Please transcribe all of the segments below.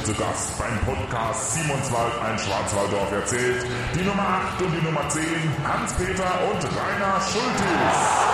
zu Gast beim Podcast Simonswald, ein Schwarzwalddorf erzählt. Die Nummer 8 und die Nummer 10, Hans-Peter und Rainer Schultis.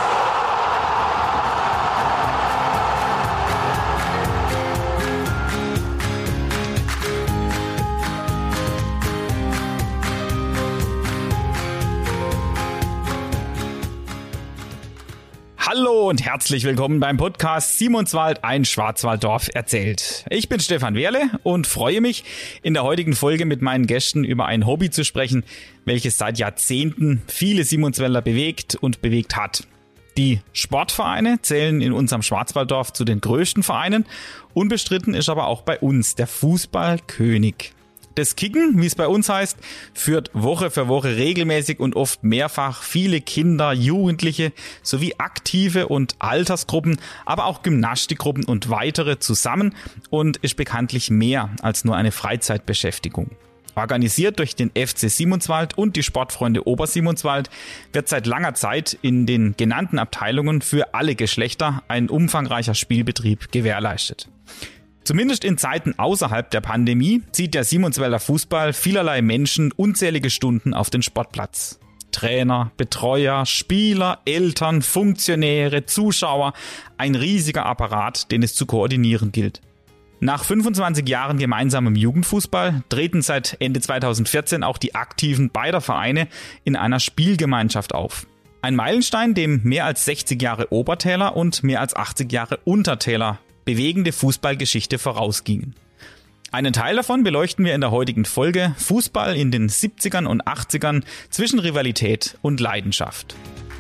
Hallo und herzlich willkommen beim Podcast Simonswald, ein Schwarzwalddorf erzählt. Ich bin Stefan Wehrle und freue mich, in der heutigen Folge mit meinen Gästen über ein Hobby zu sprechen, welches seit Jahrzehnten viele Simonswälder bewegt und bewegt hat. Die Sportvereine zählen in unserem Schwarzwalddorf zu den größten Vereinen. Unbestritten ist aber auch bei uns der Fußballkönig. Das Kicken, wie es bei uns heißt, führt Woche für Woche regelmäßig und oft mehrfach viele Kinder, Jugendliche sowie aktive und Altersgruppen, aber auch Gymnastikgruppen und weitere zusammen und ist bekanntlich mehr als nur eine Freizeitbeschäftigung. Organisiert durch den FC Simonswald und die Sportfreunde Obersimonswald wird seit langer Zeit in den genannten Abteilungen für alle Geschlechter ein umfangreicher Spielbetrieb gewährleistet. Zumindest in Zeiten außerhalb der Pandemie zieht der Simonswälder Fußball vielerlei Menschen unzählige Stunden auf den Sportplatz. Trainer, Betreuer, Spieler, Eltern, Funktionäre, Zuschauer, ein riesiger Apparat, den es zu koordinieren gilt. Nach 25 Jahren gemeinsamem Jugendfußball treten seit Ende 2014 auch die Aktiven beider Vereine in einer Spielgemeinschaft auf. Ein Meilenstein, dem mehr als 60 Jahre Obertäler und mehr als 80 Jahre Untertäler bewegende Fußballgeschichte vorausgingen. Einen Teil davon beleuchten wir in der heutigen Folge: Fußball in den 70ern und 80ern zwischen Rivalität und Leidenschaft.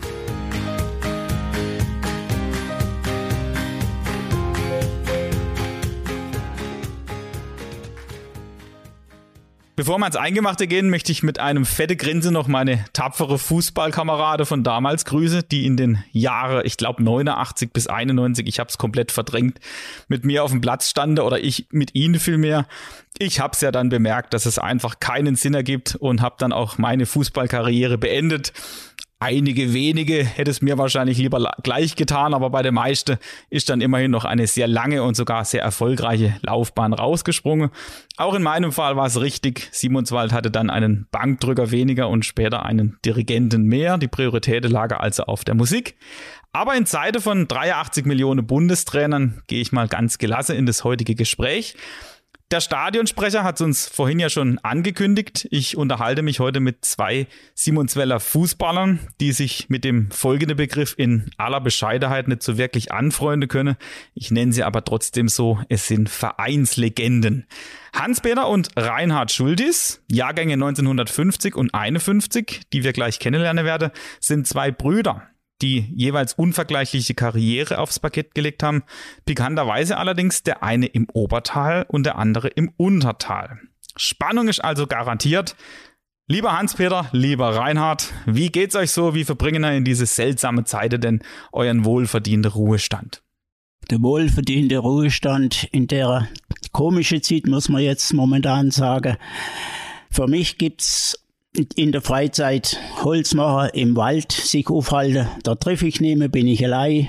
Bevor wir ans Eingemachte gehen, möchte ich mit einem fette Grinse noch meine tapfere Fußballkamerade von damals grüßen, die in den Jahren, ich glaube 89 bis 91, ich habe es komplett verdrängt, mit mir auf dem Platz stande, oder ich mit ihnen vielmehr. Ich habe es ja dann bemerkt, dass es einfach keinen Sinn ergibt und habe dann auch meine Fußballkarriere beendet. Einige wenige hätte es mir wahrscheinlich lieber gleich getan, aber bei den meisten ist dann immerhin noch eine sehr lange und sogar sehr erfolgreiche Laufbahn rausgesprungen. Auch in meinem Fall war es richtig. Simonswald hatte dann einen Bankdrücker weniger und später einen Dirigenten mehr. Die Priorität lag also auf der Musik. Aber in Zeiten von 83 Millionen Bundestrainern gehe ich mal ganz gelassen in das heutige Gespräch. Der Stadionsprecher hat es uns vorhin ja schon angekündigt. Ich unterhalte mich heute mit zwei Simonswälder Fußballern, die sich mit dem folgenden Begriff in aller Bescheidenheit nicht so wirklich anfreunden können. Ich nenne sie aber trotzdem so, es sind Vereinslegenden. Hans-Peter und Reinhard Schultis, Jahrgänge 1950 und 51, die wir gleich kennenlernen werden, sind zwei Brüder, die jeweils unvergleichliche Karriere aufs Parkett gelegt haben. Pikanterweise allerdings der eine im Obertal und der andere im Untertal. Spannung ist also garantiert. Lieber Hans-Peter, lieber Reinhard, wie geht's euch so? Wie verbringen ihr in diese seltsame Zeit denn euren wohlverdienten Ruhestand? Der wohlverdiente Ruhestand in der komischen Zeit, muss man jetzt momentan sagen. Für mich gibt's in der Freizeit Holz machen, im Wald sich aufhalten, da treffe ich nicht mehr, bin ich allein.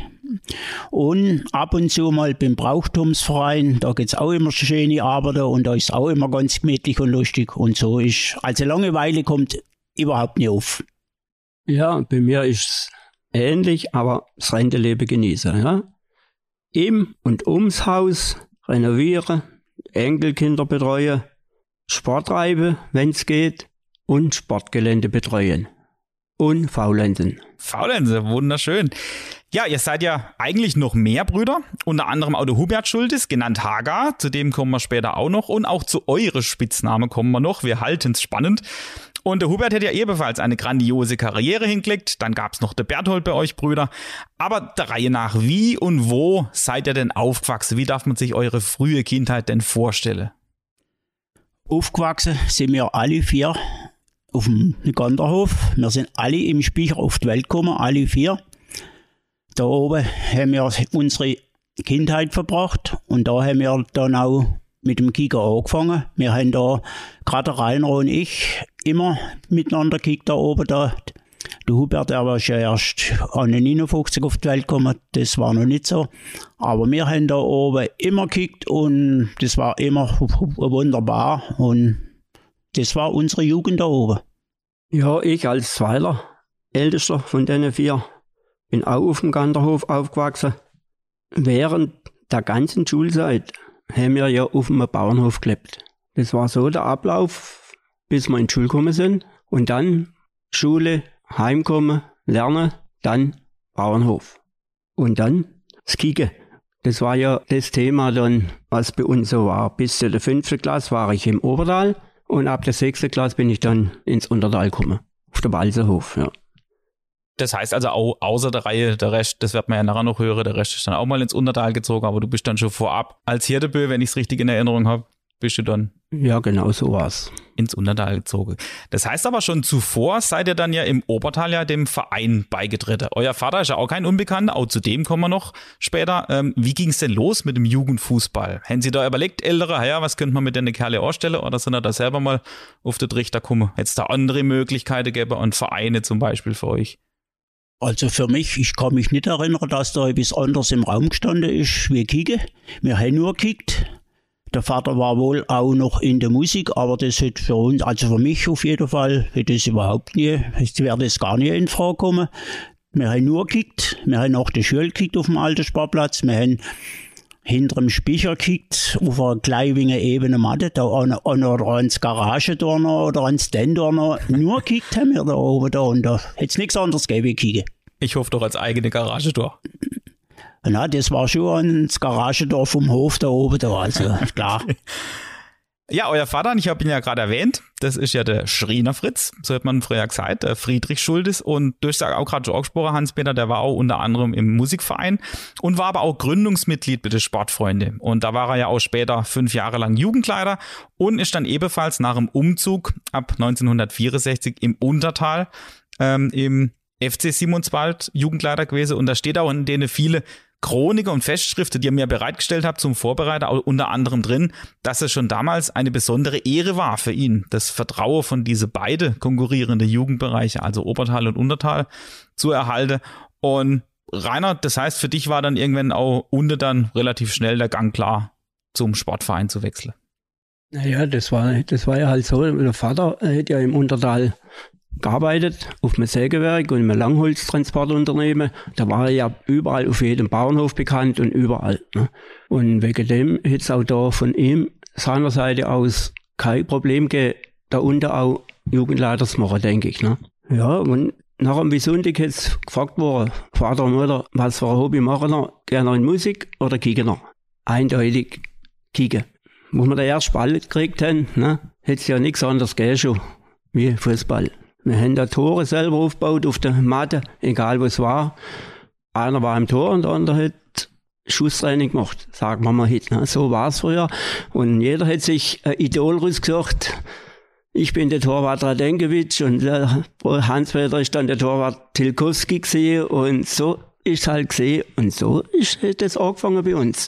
Und ab und zu mal beim Brauchtumsverein, da gibt's auch immer schöne Arbeiten und da ist auch immer ganz gemütlich und lustig und so ist. Also Langeweile kommt überhaupt nicht auf. Ja, bei mir ist es ähnlich, aber das Rentenleben genießen. Ja? Im und ums Haus renovieren, Enkelkinder betreuen, Sport treiben, wenn es geht, und Sportgelände betreuen. Und Faulenzen. Faulenzen, wunderschön. Ja, ihr seid ja eigentlich noch mehr Brüder, unter anderem auch der Hubert Schultis, genannt Hagar, zu dem kommen wir später auch noch, und auch zu eure Spitznamen kommen wir noch, wir halten's spannend. Und der Hubert hat ja ebenfalls eine grandiose Karriere hingelegt, dann gab's noch der Berthold bei euch Brüder, aber der Reihe nach, wie und wo seid ihr denn aufgewachsen? Wie darf man sich eure frühe Kindheit denn vorstellen? Aufgewachsen sind wir alle vier auf dem Ganderhof. Wir sind alle im Speicher auf die Welt gekommen, alle vier. Da oben haben wir unsere Kindheit verbracht und da haben wir dann auch mit dem Kicker angefangen. Wir haben da, gerade Rainer und ich, immer miteinander gekickt da oben. Da Der Hubert, der war ja erst an den 59 auf die Welt gekommen, das war noch nicht so. Aber wir haben da oben immer gekickt und das war immer wunderbar und das war unsere Jugend da oben. Ja, ich als Zweiter, ältester von den 4, bin auch auf dem Ganderhof aufgewachsen. Während der ganzen Schulzeit haben wir ja auf einem Bauernhof gelebt. Das war so der Ablauf, bis wir in die Schule gekommen sind. Und dann Schule, heimkommen, lernen, dann Bauernhof. Und dann das Kicken. Das war ja das Thema dann, was bei uns so war. Bis zur 5. Klasse war ich im Obertal und ab der 6. Klasse bin ich dann ins Untertal gekommen. Auf der Balserhof, ja. Das heißt also auch außer der Reihe, der Rest, das wird man ja nachher noch hören, der Rest ist dann auch mal ins Untertal gezogen, aber du bist dann schon vorab als Hirdebö, wenn ich es richtig in Erinnerung habe, bist du dann ja, genau so war's. Ins Untertal gezogen. Das heißt aber schon zuvor seid ihr dann ja im Obertal ja dem Verein beigetreten. Euer Vater ist ja auch kein Unbekannter, auch zu dem kommen wir noch später. Wie ging es denn los mit dem Jugendfußball? Haben Sie da überlegt, Ältere, ja, was könnte man mit den Kerle anstellen oder sind ihr da selber mal auf den Trichter gekommen? Hätte da andere Möglichkeiten gäbe und Vereine zum Beispiel für euch? Also für mich, ich kann mich nicht erinnern, dass da etwas anderes im Raum gestanden ist wie Kicken. Wir haben nur gekickt. Der Vater war wohl auch noch in der Musik, aber das hat für uns, also für mich auf jeden Fall, hätte das überhaupt nie, es wäre das gar nicht in Frage gekommen. Wir haben nur gekickt, wir haben nach der Schule gekickt auf dem alten Sportplatz, wir haben hinter dem Speicher gekickt, auf einer kleinen ebenen Matte, da oder ans Garagentor oder ans Stentor. Nur gekickt haben wir da oben da und da hätte es nichts anderes gegeben wie kicken. Ich hoffe doch als eigene Garagentor. Na, das war schon ans Garagentor vom Hof da oben da, also klar. Ja, euer Vater, ich habe ihn ja gerade erwähnt, das ist ja der Schriner Fritz, so hat man früher gesagt, der Friedrich Schultes und du hast auch gerade schon angesprochen, Hans-Peter, der war auch unter anderem im Musikverein und war aber auch Gründungsmitglied bei den Sportfreunde und da war er ja auch später 5 Jahre lang Jugendleiter und ist dann ebenfalls nach dem Umzug ab 1964 im Untertal im FC Simonswald Jugendleiter gewesen und da steht auch in denen viele Chroniken und Festschriften, die ihr mir bereitgestellt habt zum Vorbereiter, unter anderem drin, dass es schon damals eine besondere Ehre war für ihn, das Vertrauen von diese beide konkurrierende Jugendbereiche, also Obertal und Untertal, zu erhalten. Und Rainer, das heißt, für dich war dann irgendwann auch unten dann relativ schnell der Gang klar, zum Sportverein zu wechseln. Naja, das war ja halt so, der Vater hat ja im Untertal gearbeitet, auf einem Sägewerk und einem Langholztransportunternehmen. Da war er ja überall auf jedem Bauernhof bekannt und überall. Ne? Und wegen dem hätte es auch da von ihm, seiner Seite aus, kein Problem gegeben, da unten auch Jugendleiter zu machen, denke ich. Ne? Ja, und nach einem Sonntag jetzt gefragt worden, Vater und Mutter, was für ein Hobby machen wir? Gerne in Musik oder kicken wir? Eindeutig kicken. Wo wir den ersten Ball gekriegt haben, ne, hätte es ja nichts anderes gegeben schon wie Fußball. Wir haben da Tore selber aufgebaut auf der Matte, egal was war. Einer war im Tor und der andere hat Schusstraining gemacht, sagen wir mal heute. Ne? So war es früher. Und jeder hat sich ein Idol rausgesucht. Ich bin der Torwart Radenkiewicz und der Hans-Peter ist dann der Torwart Tilkowski gesehen und so ist halt gesehen und so ist das angefangen bei uns.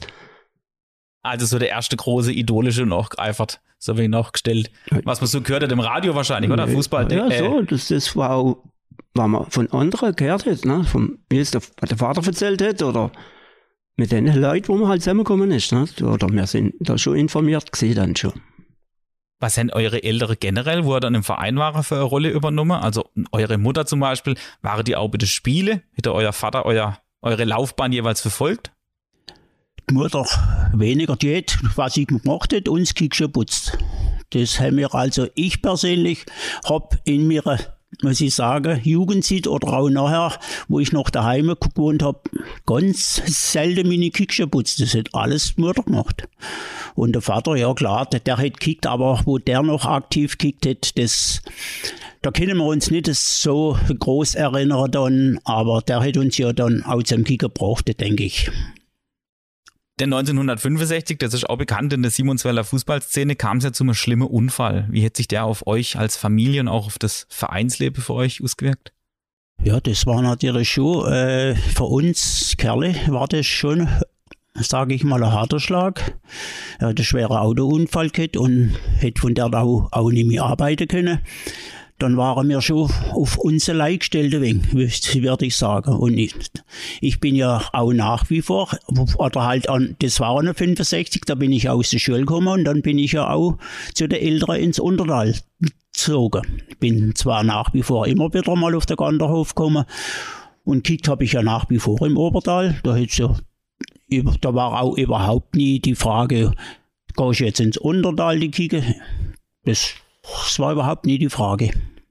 Also so der erste große idolische Nachgeeifert, so wie nachgestellt. Was man so gehört hat im Radio wahrscheinlich, oder? Fußball. Ja, so, das war auch, was man von anderen gehört hat, ne? Wie es der Vater erzählt hat, oder mit den Leuten, wo man halt zusammengekommen ist, ne? Oder wir sind da schon informiert gewesen dann schon. Was haben eure Eltern generell, wo ihr dann im Verein waren, für eine Rolle übernommen? Also eure Mutter zum Beispiel, waren die auch bei den Spielen? Hätte euer Vater eure Laufbahn jeweils verfolgt? Die Mutter weniger, die hat, was sie gemacht hat, uns Kick geputzt. Das haben wir also, ich persönlich habe in mir, muss ich sagen, Jugendzeit oder auch nachher, wo ich noch daheim gewohnt habe, ganz selten meine Kicks geputzt. Das hat alles die Mutter gemacht. Und der Vater, ja klar, der hat gekickt, aber wo der noch aktiv gekickt hat, da können wir uns nicht so groß erinnern dann, aber der hat uns ja dann auch zum Kicken gebracht, denke ich. Denn 1965, das ist auch bekannt in der Simonswälder Fußballszene, kam es ja zu einem schlimmen Unfall. Wie hat sich der auf euch als Familie und auch auf das Vereinsleben für euch ausgewirkt? Ja, das war natürlich schon, für uns Kerle war das schon, sage ich mal, ein harter Schlag. Er hat einen schweren Autounfall gehabt und hätte von der auch nicht mehr arbeiten können. dann waren wir schon auf uns allein gestellt, würde ich sagen. Und ich bin ja auch nach wie vor, oder halt das war noch 65, da bin ich aus der Schule gekommen und dann bin ich ja auch zu den Eltern ins Untertal gezogen. Bin zwar nach wie vor immer wieder mal auf den Ganderhof gekommen und gekickt habe ich ja nach wie vor im Obertal. Da war auch überhaupt nie die Frage, gehe ich jetzt ins Untertal die kicken? Das war überhaupt nie die Frage.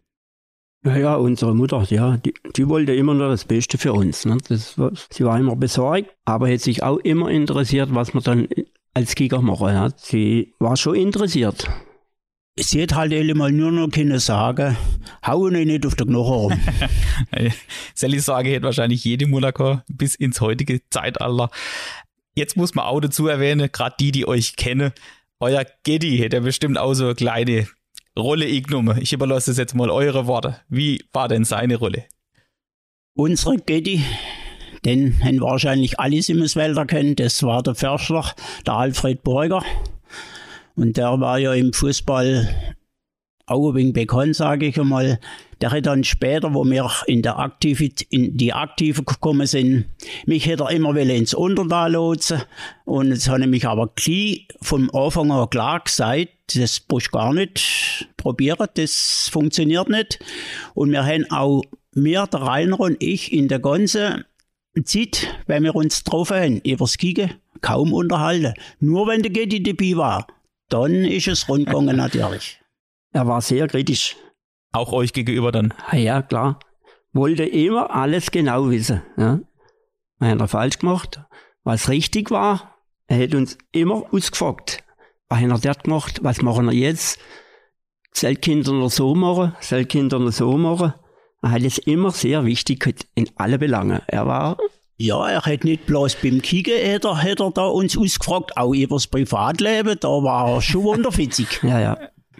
Ja, unsere Mutter, ja, die wollte immer nur das Beste für uns. Ne? Sie war immer besorgt, aber hat sich auch immer interessiert, was wir dann als Kicker machen. Ja? Sie war schon interessiert. Sie hat halt mal nur noch können sagen, hau nicht auf den Knochen rum. Sally Sage hätte wahrscheinlich jede Mutter gehabt, bis ins heutige Zeitalter. Jetzt muss man auch dazu erwähnen, gerade die euch kennen, euer Geddy hätte ja bestimmt auch so eine kleine Rolle genommen. Ich überlasse das jetzt mal eure Worte. Wie war denn seine Rolle? Unsere Geddy, den haben wahrscheinlich alle Simmelswälder kennen, das war der Förster, der Alfred Burger. Und der war ja im Fußball auch ein wenig bekannt, sage ich einmal. Der hat dann später, wo wir in die Aktive gekommen sind, mich hätte er immer ins Untertal lotsen. Und jetzt habe ich mich aber gleich vom Anfang an klar gesagt, das brauchst du gar nicht probieren, das funktioniert nicht. Und wir haben auch, der Rainer und ich, in der ganzen Zeit, wenn wir uns getroffen haben, übers Kicken, kaum unterhalten. Nur wenn der Geddy dabei war, dann ist es rund gegangen natürlich. Er war sehr kritisch. Auch euch gegenüber dann? Ja, klar. Wollte immer alles genau wissen. Ja. Was hat er falsch gemacht? Was richtig war? Er hat uns immer ausgefragt. Was hat er dort gemacht? Was machen wir jetzt? Soll Kinder noch so machen? Soll Kinder noch so machen? Er hat es immer sehr wichtig gehabt, in alle Belangen. Ja, er hat nicht bloß beim Kicken hat er da uns ausgefragt, auch über das Privatleben, da war er schon wunderfitzig. Ja.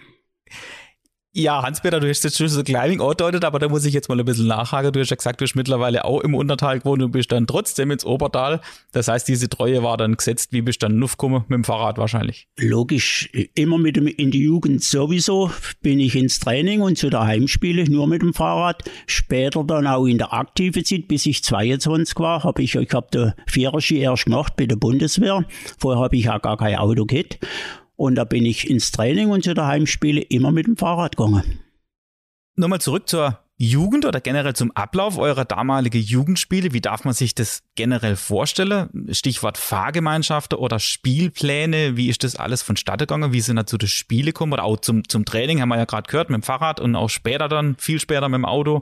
Ja, Hans-Peter, du hast jetzt schon so klein angedeutet, aber da muss ich jetzt mal ein bisschen nachhaken. Du hast ja gesagt, du hast mittlerweile auch im Untertal gewohnt und bist dann trotzdem ins Obertal. Das heißt, diese Treue war dann gesetzt. Wie bist du dann aufgekommen? Mit dem Fahrrad wahrscheinlich. Logisch, immer in die Jugend sowieso bin ich ins Training und zu der Heimspiele nur mit dem Fahrrad. Später dann auch in der aktiven Zeit, bis ich 22 war, ich habe den Viererski erst gemacht bei der Bundeswehr. Vorher habe ich ja gar kein Auto gehabt. Und da bin ich ins Training und zu der Heimspiele immer mit dem Fahrrad gegangen. Nochmal zurück zur Jugend oder generell zum Ablauf eurer damaligen Jugendspiele. Wie darf man sich das generell vorstellen? Stichwort Fahrgemeinschaften oder Spielpläne. Wie ist das alles vonstatten gegangen? Wie sind da zu den Spielen gekommen? Oder auch zum Training, haben wir ja gerade gehört, mit dem Fahrrad und auch später dann, viel später mit dem Auto.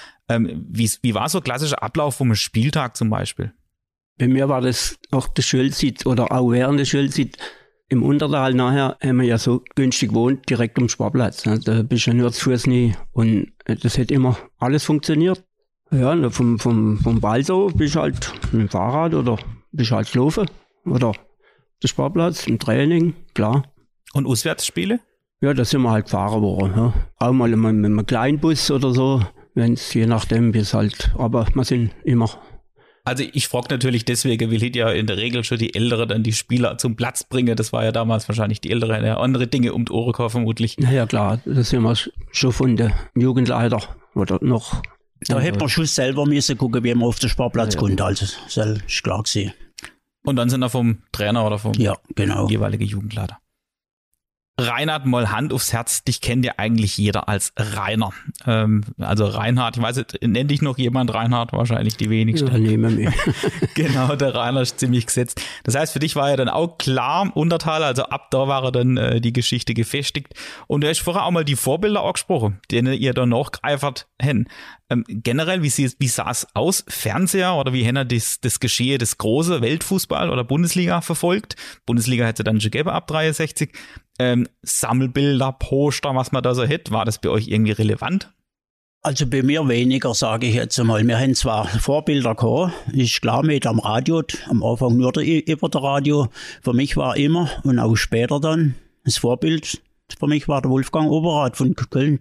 Wie war so ein klassischer Ablauf vom Spieltag zum Beispiel? Bei mir war das auch der Schulzeit oder auch während der Schulzeit. Im Untertal nachher haben wir ja so günstig gewohnt, direkt am Sportplatz. Da bist du ja nur zu Fuß nie. Und das hat immer alles funktioniert. Ja, vom Ball so bist du halt mit dem Fahrrad oder bist du halt gelaufen. Oder der Sportplatz, im Training, klar. Und Auswärtsspiele? Ja, da sind wir halt gefahren worden. Ja. Auch mal mit einem kleinen Bus oder so, wenn es je nachdem bis halt. Aber wir sind immer. Also ich frage natürlich deswegen, weil ja in der Regel schon die Ältere dann die Spieler zum Platz bringen. Das war ja damals wahrscheinlich die Ältere, ja, andere Dinge um die Ohren gehabt, vermutlich. Ja klar, das sind wir schon von der Jugendleiter oder noch. Da hätte man schon selber müssen gucken, wie man auf den Sportplatz kommt. Also das ist klar gesehen. Und dann sind wir vom Trainer oder vom jeweiligen Jugendleiter. Reinhard, mal Hand aufs Herz, dich kennt ja eigentlich jeder als Rainer. Also Reinhard, ich weiß nicht, nennt dich noch jemand Reinhard? Wahrscheinlich die wenigsten. Ja, nehmen wir. Genau, der Rainer ist ziemlich gesetzt. Das heißt, für dich war ja dann auch klar, Untertal, also ab da war dann die Geschichte gefestigt. Und du hast vorher auch mal die Vorbilder angesprochen, denen ihr dann nachgeeifert habt. Generell, wie sah es aus? Fernseher oder wie habt ihr das Geschehen des großen Weltfußball oder Bundesliga verfolgt? Bundesliga hätte dann schon gegeben ab 63. Sammelbilder, Poster, was man da so hätte, war das bei euch irgendwie relevant? Also bei mir weniger, sage ich jetzt einmal. Wir haben zwar Vorbilder gehabt, ist klar, mit am Radio, am Anfang nur über das Radio. Für mich war immer und auch später dann das Vorbild, für mich war der Wolfgang Overath von Köln.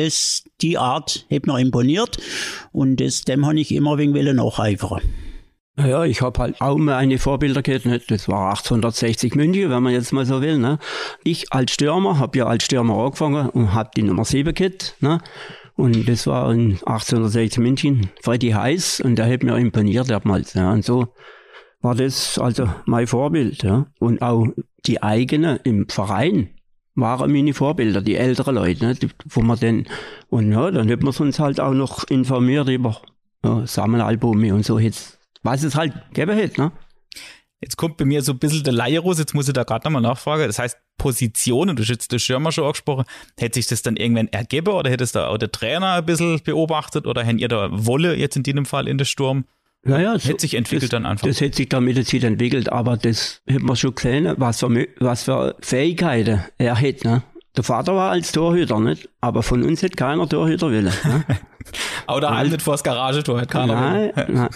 Die Art hat mir imponiert und dem habe ich immer ein wenig nacheifern. Ja, ich habe halt auch meine Vorbilder gehabt, nicht? Das war 1860 München, wenn man jetzt mal so will. Ne? Ich als Stürmer, habe ja als Stürmer angefangen und habe die Nummer 7 gehabt. Ne? Und das war in 1860 München, Freddy Heiß, und der hat mir imponiert damals. Ja? Und so war das also mein Vorbild. Ja? Und auch die eigenen im Verein waren meine Vorbilder, die älteren Leute, ne? Wo man dann, und ja, dann hat man uns halt auch noch informiert über Sammelalbume und so jetzt. Was es halt gegeben hat, ne? Jetzt kommt bei mir so ein bisschen der Laie raus, jetzt muss ich da gerade nochmal nachfragen. Das heißt, Positionen, du hast jetzt den Schirmer schon angesprochen, hätte sich das dann irgendwann ergeben oder hätte es da auch der Trainer ein bisschen beobachtet oder hättet ihr da Wolle jetzt in diesem Fall in der Sturm? Ja, das hätte sich entwickelt dann einfach. Das hätte sich dann mit der Zeit entwickelt, aber das hat man schon gesehen, was für Fähigkeiten er hat, ne? Der Vater war als Torhüter, nicht? Aber von uns hätte keiner Torhüter wollen. Ne? Oder halt nicht vor das Garagentor, hat keiner Nein.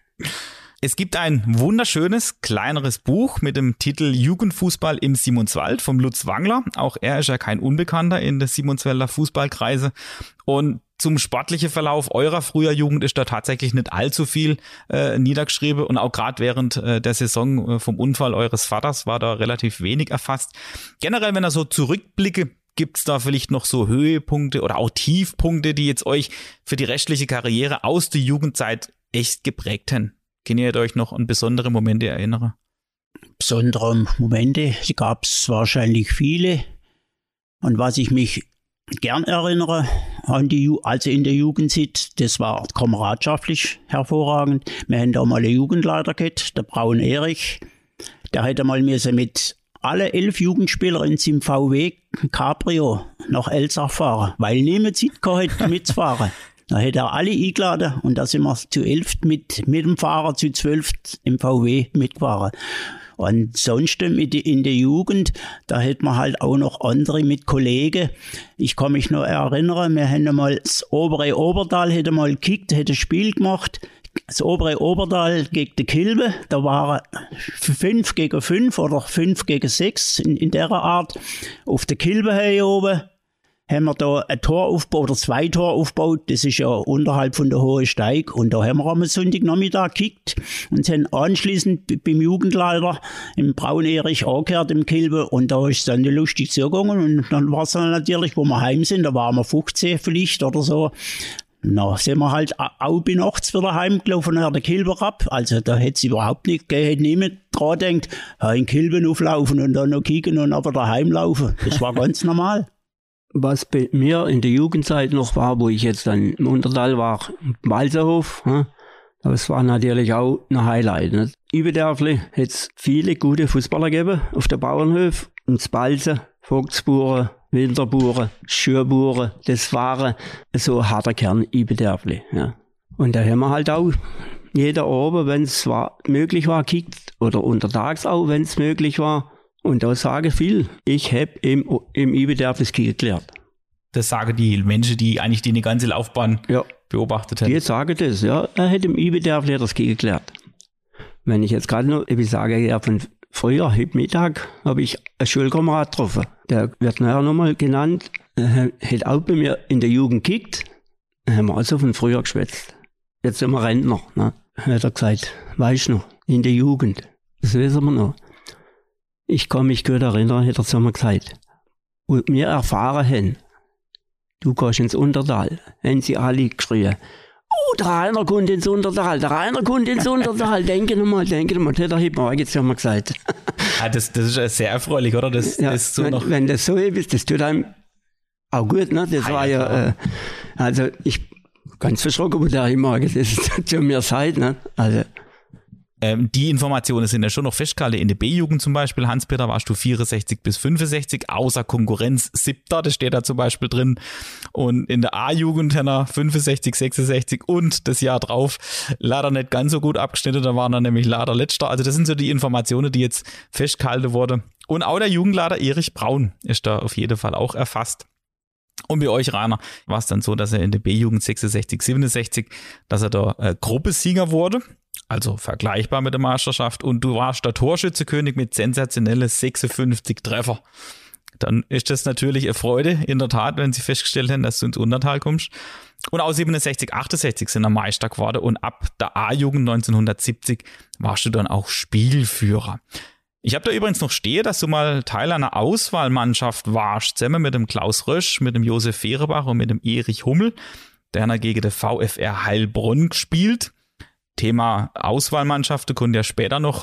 Es gibt ein wunderschönes, kleineres Buch mit dem Titel Jugendfußball im Simonswald vom Lutz Wangler. Auch er ist ja kein Unbekannter in der Simonswälder Fußballkreise. Und zum sportlichen Verlauf eurer früher Jugend ist da tatsächlich nicht allzu viel niedergeschrieben. Und auch gerade während der Saison vom Unfall eures Vaters war da relativ wenig erfasst. Generell, wenn er so zurückblicke, gibt's da vielleicht noch so Höhepunkte oder auch Tiefpunkte, die jetzt euch für die restliche Karriere aus der Jugendzeit echt geprägt haben? Könnt ihr euch noch an besondere Momente erinnern? Besondere Momente gab es wahrscheinlich viele. Und was ich mich gern erinnere, also in der Jugendzeit, das war kameradschaftlich hervorragend. Wir haben da mal einen Jugendleiter gehabt, der Braun Erich. Der hätte mal mit alle 11 Jugendspieler in seinem VW Cabrio nach Elsach fahren, weil niemand Zeit gehabt mitzufahren. Da hätte er alle eingeladen und da sind wir zu 11 mit dem Fahrer zu 12 im VW mitgefahren. Und sonst in der Jugend, da hätte man halt auch noch andere mit Kollegen. Ich kann mich noch erinnern, wir haben mal das obere Obertal hätte mal gekickt, hätte ein Spiel gemacht. Das obere Obertal gegen die Kilbe, da waren 5 gegen 5 oder 5 gegen 6 in der Art. Auf der Kilbe hier oben haben wir da ein Tor aufgebaut oder 2 Tore aufgebaut. Das ist ja unterhalb von der Hohen Steig. Und da haben wir am Sonntagnachmittag gekickt und sind anschließend beim Jugendleiter im Braun Erich angehört im Kilbe. Und da ist dann lustig zugegangen. Und dann war es dann natürlich, wo wir heim sind, da waren wir 15 vielleicht oder so. Na, sind wir halt auch bei nachts wieder heimgelaufen nach der Kilbe ab. Also da hätte es überhaupt nicht gegeben, hätte niemand dran gedacht, in Kilben auflaufen und dann noch kicken und aber daheim laufen. Das war ganz normal. Was bei mir in der Jugendzeit noch war, wo ich jetzt dann im Untertal war, im Walserhof, das war natürlich auch ein Highlight. Ne? Ibedärfli hat es viele gute Fußballer gegeben auf der Bauernhof. Und Spalze, Vogtsburen, Winterburen, Schürburen, das waren so ein harter Kern Ibedärfli. Ja. Und da haben wir halt auch jeder Abend, wenn es möglich war, gekickt oder untertags auch, wenn es möglich war. Und da sage viel. Ich habe im Ibedärfli das Kiel gelernt. Das sagen die Menschen, die eigentlich die eine ganze Laufbahn beobachtet haben. Die sagen das, ja. Er hat im Ibedärfli das Kiel gelernt. Wenn ich jetzt gerade noch, ich sage ja von früher, heute Mittag, habe ich einen Schulkamerad getroffen. Der wird nachher nochmal genannt. Er hat auch bei mir in der Jugend gekickt. Dann haben wir also von früher geschwätzt. Jetzt sind wir Rentner. Ne? Hat er gesagt, weißt du noch, in der Jugend, das wissen wir noch. Ich kann mich gut erinnern, hat er zu mir gesagt. Und wir erfahren haben, du gehst ins Untertal, haben sie alle geschrien. Oh, der Rainer kommt ins Untertal, der Rainer kommt ins Untertal. Denke nochmal, das hat er heute Morgen zu mir gesagt. Das ist sehr erfreulich, oder? Das so wenn das so ist, das tut einem auch gut, ne? Das war ja, also ich ganz verschrocken, wo der heute Morgen das zu mir sagt, ne? Also. Die Informationen sind ja schon noch festgehalten. In der B-Jugend zum Beispiel, Hans-Peter, warst du 64 bis 65, außer Konkurrenz 7. Das steht da zum Beispiel drin. Und in der A-Jugend haben wir 65, 66 und das Jahr drauf leider nicht ganz so gut abgeschnitten. Da waren wir nämlich leider Letzter. Also das sind so die Informationen, die jetzt festgehalten wurden. Und auch der Jugendleiter Erich Braun ist da auf jeden Fall auch erfasst. Und bei euch, Rainer, war es dann so, dass er in der B-Jugend 66, 67, dass er da Gruppensieger wurde. Also vergleichbar mit der Meisterschaft. Und du warst der Torschützekönig mit sensationellen 56 Treffer. dann ist das natürlich eine Freude, in der Tat, wenn sie festgestellt haben, dass du ins Untertal kommst. Und auch 67, 68 sind er Meister geworden und ab der A-Jugend 1970 warst du dann auch Spielführer. Ich habe da übrigens noch stehen, dass du mal Teil einer Auswahlmannschaft warst, zusammen mit dem Klaus Rösch, mit dem Josef Fehrebach und mit dem Erich Hummel. Der hat gegen den VfR Heilbronn gespielt. Thema Auswahlmannschaften konnte ja später noch,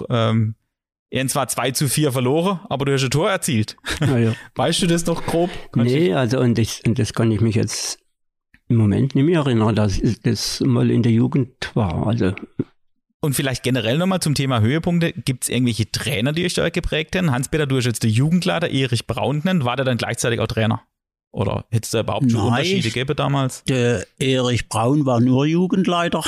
zwar 2-4 verloren, aber du hast ein Tor erzielt. Ja. Weißt du das noch grob? Nee, also und das kann ich mich jetzt im Moment nicht mehr erinnern, dass das mal in der Jugend war. Also. Und vielleicht generell nochmal zum Thema Höhepunkte. Gibt es irgendwelche Trainer, die euch da geprägt haben? Hans-Peter, du hast jetzt den Jugendleiter Erich Braun genannt. War der dann gleichzeitig auch Trainer? Oder hätte es da überhaupt schon Unterschiede gegeben damals? Der Erich Braun war nur Jugendleiter.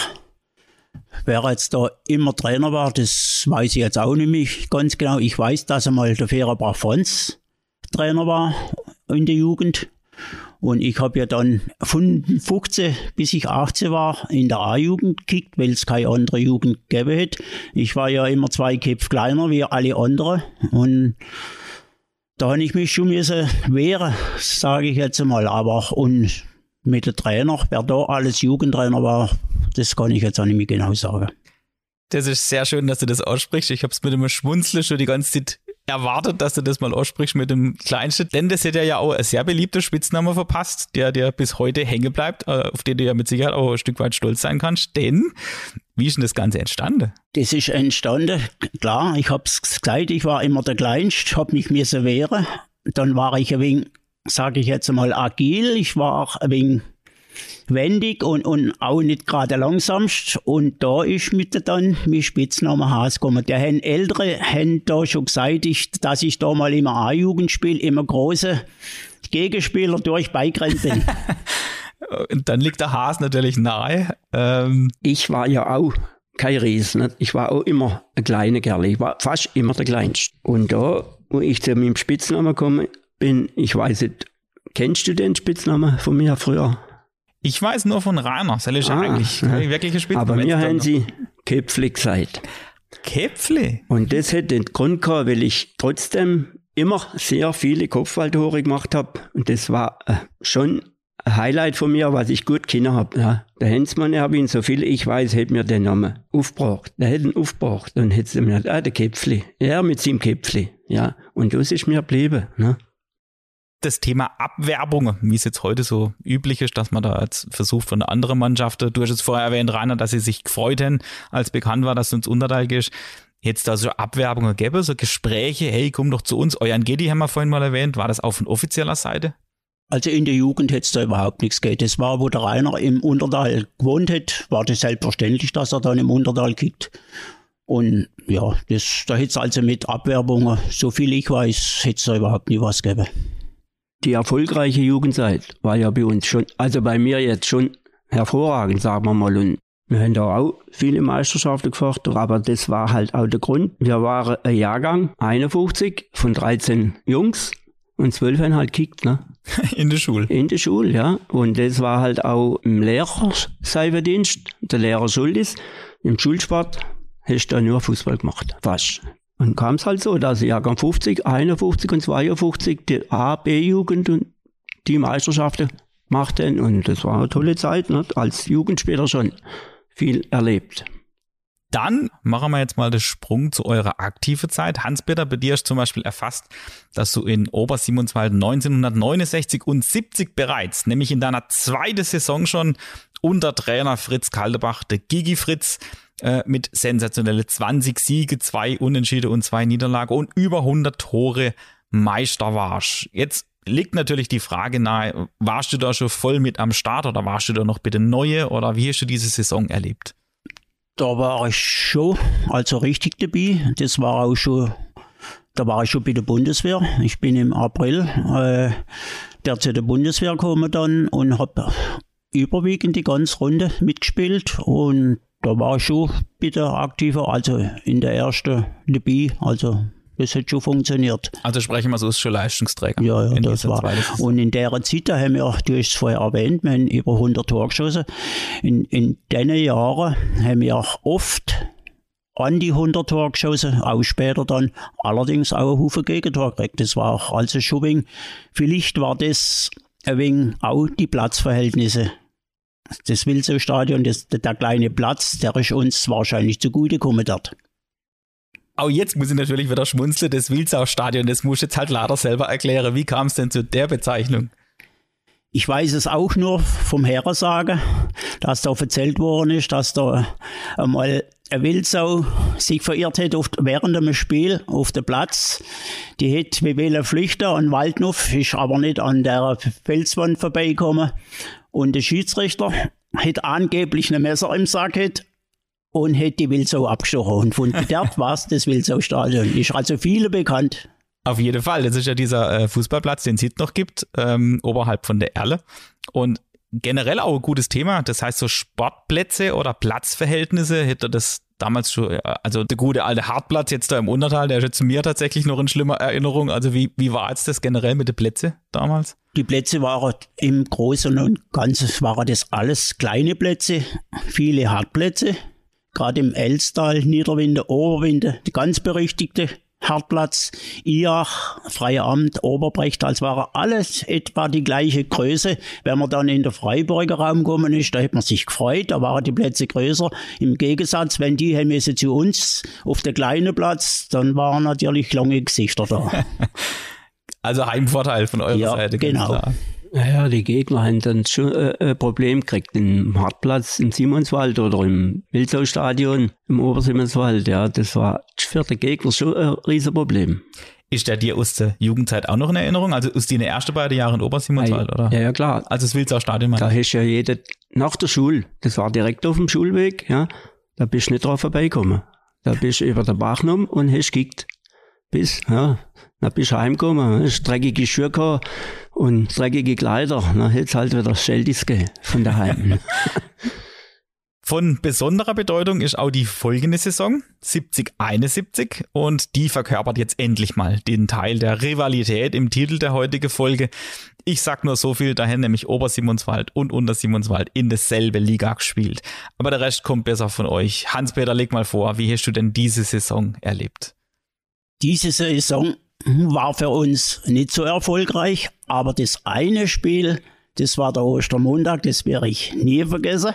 Wer jetzt da immer Trainer war, das weiß ich jetzt auch nicht mehr ganz genau. Ich weiß, dass einmal der Fehrebach Franz Trainer war in der Jugend. Und ich habe ja dann von 15 bis ich 18 war in der A-Jugend gekickt, weil es keine andere Jugend gegeben hat. Ich war ja immer 2 Köpfe kleiner wie alle anderen. Und da habe ich mich schon wehren, sage ich jetzt mal. Aber und mit dem Trainer, wer da alles Jugendtrainer war, das kann ich jetzt auch nicht mehr genau sagen. Das ist sehr schön, dass du das aussprichst. Ich habe es mit einem Schmunzeln schon die ganze Zeit erwartet, dass du das mal aussprichst mit dem Kleinsten. Denn das hätte ja auch ein sehr beliebter Spitzname verpasst, der bis heute hängen bleibt, auf den du ja mit Sicherheit auch ein Stück weit stolz sein kannst. Denn, wie ist denn das Ganze entstanden? Das ist entstanden, klar, ich habe es gesagt, ich war immer der Kleinste, habe mich wehren. Dann war ich ein wenig, sage ich jetzt mal, agil. Ich war ein wenig wendig und auch nicht gerade der langsamst. Und da ist mit dann mein Spitzname Haas gekommen. Der Ältere haben da schon gesagt, dass ich da mal im A-Jugendspiel immer große Gegenspieler beigerannt bin. Und dann liegt der Haas natürlich nahe. Ich war ja auch kein Riesen. Ne? Ich war auch immer ein kleiner Kerl. Ich war fast immer der Kleinste. Und da, wo ich zu meinem Spitznamen gekommen bin, ich weiß nicht, kennst du den Spitznamen von mir früher? Ich weiß nur von Rainer. Das ist ja eigentlich keine wirkliche Spitzname. Aber mir haben sie Käpfli gesagt. Käpfli? Und das hat den Grund gehabt, weil ich trotzdem immer sehr viele Kopfballtore gemacht habe. Und das war schon ein Highlight von mir, was ich gut kennen habe. Ja. Der Hensmann, ich habe ihn, so viel ich weiß, hat mir den Namen aufgebracht. Der hat ihn aufgebracht. Und hat sie mir gesagt, der Käpfli. Er mit seinem Käpfli. Ja. Und das ist mir geblieben. Ne? Das Thema Abwerbung, wie es jetzt heute so üblich ist, dass man da jetzt versucht von einer anderen Mannschaft, du hast es vorher erwähnt, Rainer, dass sie sich gefreut haben, als bekannt war, dass du ins Unterteil gehst, jetzt da so Abwerbungen gäbe, so Gespräche, hey, komm doch zu uns, euren Gedi haben wir vorhin mal erwähnt, war das auch von offizieller Seite? Also in der Jugend hätte es da überhaupt nichts gegeben. Das war, wo der Rainer im Untertal gewohnt hat, war das selbstverständlich, dass er dann im Untertal kickt. Und ja, da hätte es also mit Abwerbungen, so viel ich weiß, hätte es da überhaupt nie was gegeben. Die erfolgreiche Jugendzeit war ja bei uns schon, also bei mir jetzt schon hervorragend, sagen wir mal. Und wir haben da auch viele Meisterschaften gefordert, aber das war halt auch der Grund. Wir waren ein Jahrgang 51 von 13 Jungs und 12 haben halt gekickt, ne? In der Schule? In der Schule, ja. Und das war halt auch im Lehrerseiferdienst, der Lehrer schuld ist. Im Schulsport hast du da nur Fußball gemacht, fast. Und kam es halt so, dass Jahrgang 50, 51 und 52 die A-, B-Jugend und die Meisterschaften machten. Und das war eine tolle Zeit, ne? Als Jugend später schon viel erlebt. Dann machen wir jetzt mal den Sprung zu eurer aktiven Zeit. Hans-Peter, bei dir ist zum Beispiel erfasst, dass du in Obersimonswald 1969 und 70 bereits, nämlich in deiner zweiten Saison schon, unter Trainer Fritz Kaldebach, der Gigi Fritz, mit sensationelle 20 Siege, 2 Unentschiede und 2 Niederlagen und über 100 Tore Meister warst. Jetzt liegt natürlich die Frage nahe, warst du da schon voll mit am Start oder warst du da noch bitte neue oder wie hast du diese Saison erlebt? Da war ich schon, also richtig dabei. Das war auch schon, da war ich schon bei der Bundeswehr. Ich bin im April zu der Bundeswehr gekommen dann und habe überwiegend die ganze Runde mitgespielt und da war ich schon bei der Aktiver, also in der ersten dabei, also das hat schon funktioniert. Also sprechen wir so, ist schon Leistungsträger. Ja, das war. Und in der Zeit, da haben wir, du hast es vorher erwähnt, wir haben über 100 Tore geschossen. In diesen Jahren haben wir oft an die 100 Tore geschossen, auch später dann allerdings auch ein Haufen Gegentor gekriegt. Das war auch also schon wegen, vielleicht war das ein wenig auch die Platzverhältnisse. Das Wildsau-Stadion, der kleine Platz, der ist uns wahrscheinlich zugute gekommen dort. Auch jetzt muss ich natürlich wieder schmunzeln, das Wildsau-Stadion, das musst du jetzt halt leider selber erklären. Wie kam es denn zu der Bezeichnung? Ich weiß es auch nur vom Hörensagen, dass da erzählt worden ist, dass da einmal eine Wildsau sich verirrt hat während einem Spiel auf dem Platz. Die hätte wie wollen flüchten an Waldnuf, ist aber nicht an der Felswand vorbeigekommen. Und der Schiedsrichter hat angeblich ein Messer im Sack gehabt und hat die Wildsau abgestochen. Und von dort war es das Wildsau-Stadion. Ist also vielen bekannt. Auf jeden Fall. Das ist ja dieser Fußballplatz, den es jetzt noch gibt, oberhalb von der Erle. Und generell auch ein gutes Thema. Das heißt, so Sportplätze oder Platzverhältnisse hätte das damals schon, also der gute alte Hartplatz jetzt da im Untertal, der ist jetzt zu mir tatsächlich noch in schlimmer Erinnerung. Also wie war jetzt das generell mit den Plätzen damals? Die Plätze waren im Großen und Ganzen waren das alles kleine Plätze, viele Hartplätze. Gerade im Elstal, Niederwinde, Oberwinde, die ganz berüchtigte Hartplatz, Iach, Freie Amt, Oberbrecht, als war alles etwa die gleiche Größe. Wenn man dann in den Freiburger Raum gekommen ist, da hat man sich gefreut, da waren die Plätze größer. Im Gegensatz, wenn die müssen zu uns auf den kleinen Platz, dann waren natürlich lange Gesichter da. Also Heimvorteil von eurer Seite. Genau. Klar. Naja, die Gegner haben dann schon ein Problem gekriegt. Im Hartplatz im Simonswald oder im Wildsau-Stadion im Obersimonswald. Ja, das war für den Gegner schon ein Riesenproblem. Ist der dir aus der Jugendzeit auch noch in Erinnerung? Also aus den ersten beiden Jahren in Obersimonswald, oder? Ja, klar. Also das Wildsau-Stadion. Da hast ja jeder nach der Schule, das war direkt auf dem Schulweg, ja, da bist du nicht drauf vorbeigekommen. Da bist du über den Bach genommen und hast gekickt. Dann bist du heimgekommen, hast dreckige Schuhe gehabt und dreckige Kleider. Dann hätt's halt wieder Scheldis gegeben von daheim. Von besonderer Bedeutung ist auch die folgende Saison, 70-71, und die verkörpert jetzt endlich mal den Teil der Rivalität im Titel der heutigen Folge. Ich sag nur so viel, daher nämlich Obersimonswald und Untersimonswald in dasselbe Liga gespielt. Aber der Rest kommt besser von euch. Hans-Peter, leg mal vor, wie hast du denn diese Saison erlebt? Diese Saison war für uns nicht so erfolgreich, aber das eine Spiel, das war der Ostermontag, das werde ich nie vergessen.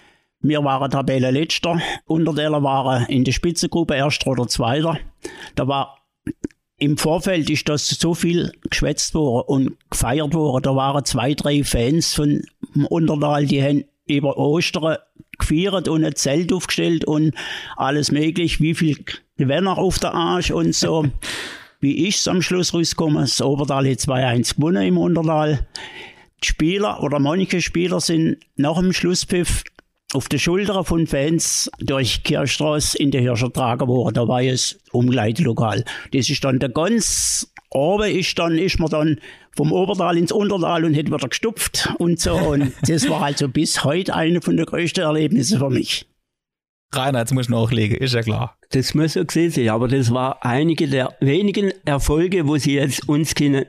Wir waren Tabellenletzter, Untertäler waren in der Spitzengruppe Erster oder Zweiter. Da war im Vorfeld ist das so viel geschwätzt worden und gefeiert worden. Da waren 2, 3 Fans von Untertal, die haben über Ostern gefeiert und ein Zelt aufgestellt und alles möglich, wie viel Gewinner auf der Arsch und so. Wie ist es am Schluss rausgekommen? Das Obertal hat 2-1 gewonnen im Untertal. Die Spieler oder manche Spieler sind nach dem Schlusspfiff auf der Schulter von Fans durch Kirchstraße in die Hirscher getragen worden. Da war es Umkleidlokal. Das ist dann der ganz oben ist man dann vom Obertal ins Untertal und hat wieder gestupft und so. Und das war also bis heute eine von der größten Erlebnisse für mich. Rainer, jetzt muss ich nachlegen, ist ja klar. Das muss so gesehen sein, aber das war einige der wenigen Erfolge, wo sie jetzt uns können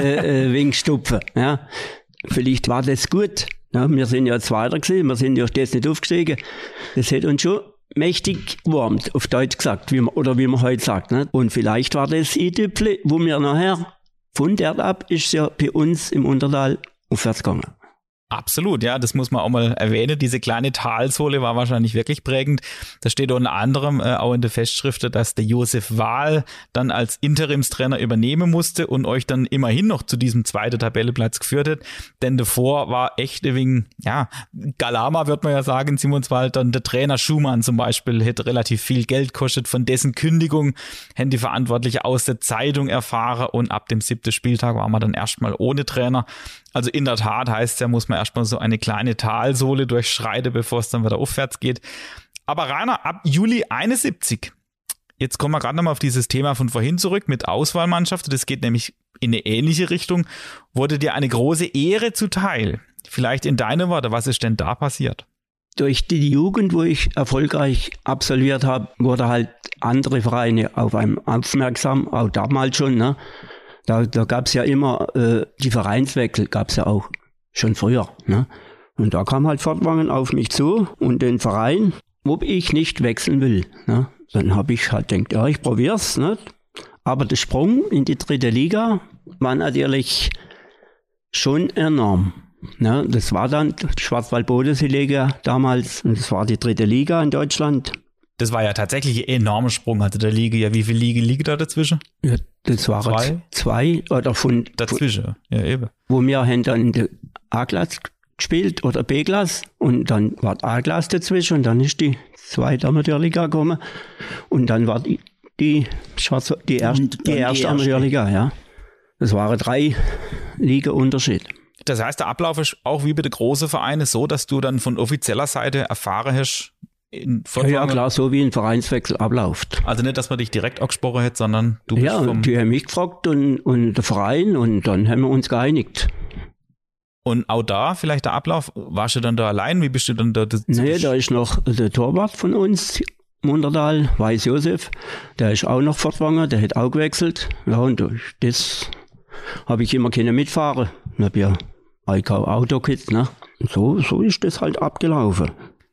wegen stupfen. Ja. Vielleicht war das gut. Ja, wir sind ja Zweiter gewesen, wir sind ja jetzt nicht aufgestiegen. Das hat uns schon mächtig gewärmt, auf Deutsch gesagt, wie man heute sagt. Ne? Und vielleicht war das i-Tüpfle, wo wir nachher von der ab ist ja bei uns im Untertal aufwärts gegangen. Absolut, ja, das muss man auch mal erwähnen. Diese kleine Talsohle war wahrscheinlich wirklich prägend. Da steht unter anderem auch in der Festschrift, dass der Josef Wahl dann als Interimstrainer übernehmen musste und euch dann immerhin noch zu diesem zweiten Tabellenplatz geführt hat. Denn davor war echt wegen, ja, Galama wird man ja sagen, in Simonswald, dann der Trainer Schumann zum Beispiel hätte relativ viel Geld gekostet. Von dessen Kündigung haben die Verantwortlichen aus der Zeitung erfahren und ab dem 7. Spieltag war man dann erstmal ohne Trainer. Also in der Tat heißt ja, muss man erstmal so eine kleine Talsohle durchschreiten, bevor es dann wieder aufwärts geht. Aber Rainer, ab Juli 71, jetzt kommen wir gerade nochmal auf dieses Thema von vorhin zurück mit Auswahlmannschaften, das geht nämlich in eine ähnliche Richtung, wurde dir eine große Ehre zuteil. Vielleicht in deine Worte, was ist denn da passiert? Durch die Jugend, wo ich erfolgreich absolviert habe, wurde halt andere Vereine auf einem aufmerksam, auch damals schon, ne? Da gab es ja immer die Vereinswechsel, gab es ja auch schon früher. Ne? Und da kam halt Fortwangen auf mich zu und den Verein, ob ich nicht wechseln will. Ne? dann habe ich halt gedacht, ja, ich probier's, ne? Aber der Sprung in die 3. Liga war natürlich schon enorm. Ne? Das war dann die Schwarzwald-Bodensee-Liga damals und das war die 3. Liga in Deutschland. Das war ja tatsächlich ein enormer Sprung, also der Liga. Ja, wie viel Liga da dazwischen? Ja, das waren 2 oder von dazwischen, ja eben. Wo wir haben dann in der A-Klasse gespielt oder B-Klasse und dann war die A-Klasse dazwischen und dann ist die 2. Amateurliga gekommen und dann war die erste Amateurliga, ja. Das waren 3 Liga-Unterschied. Das heißt, der Ablauf ist auch wie bei den großen Vereinen so, dass du dann von offizieller Seite erfahren hast, ja, klar, so wie ein Vereinswechsel abläuft. Also nicht, dass man dich direkt angesprochen hätte, sondern du bist die haben mich gefragt und der Verein und dann haben wir uns geeinigt. Und auch da, vielleicht der Ablauf, warst du dann da allein? Wie bist du dann da? Nee, da ist noch der Torwart von uns, Mundertal, Weiß Josef, der ist auch noch fortgegangen, der hat auch gewechselt. Ja, und durch das habe ich immer keine mitfahren. Ich habe ja kein Auto gehabt, ne? Und so ist das halt abgelaufen.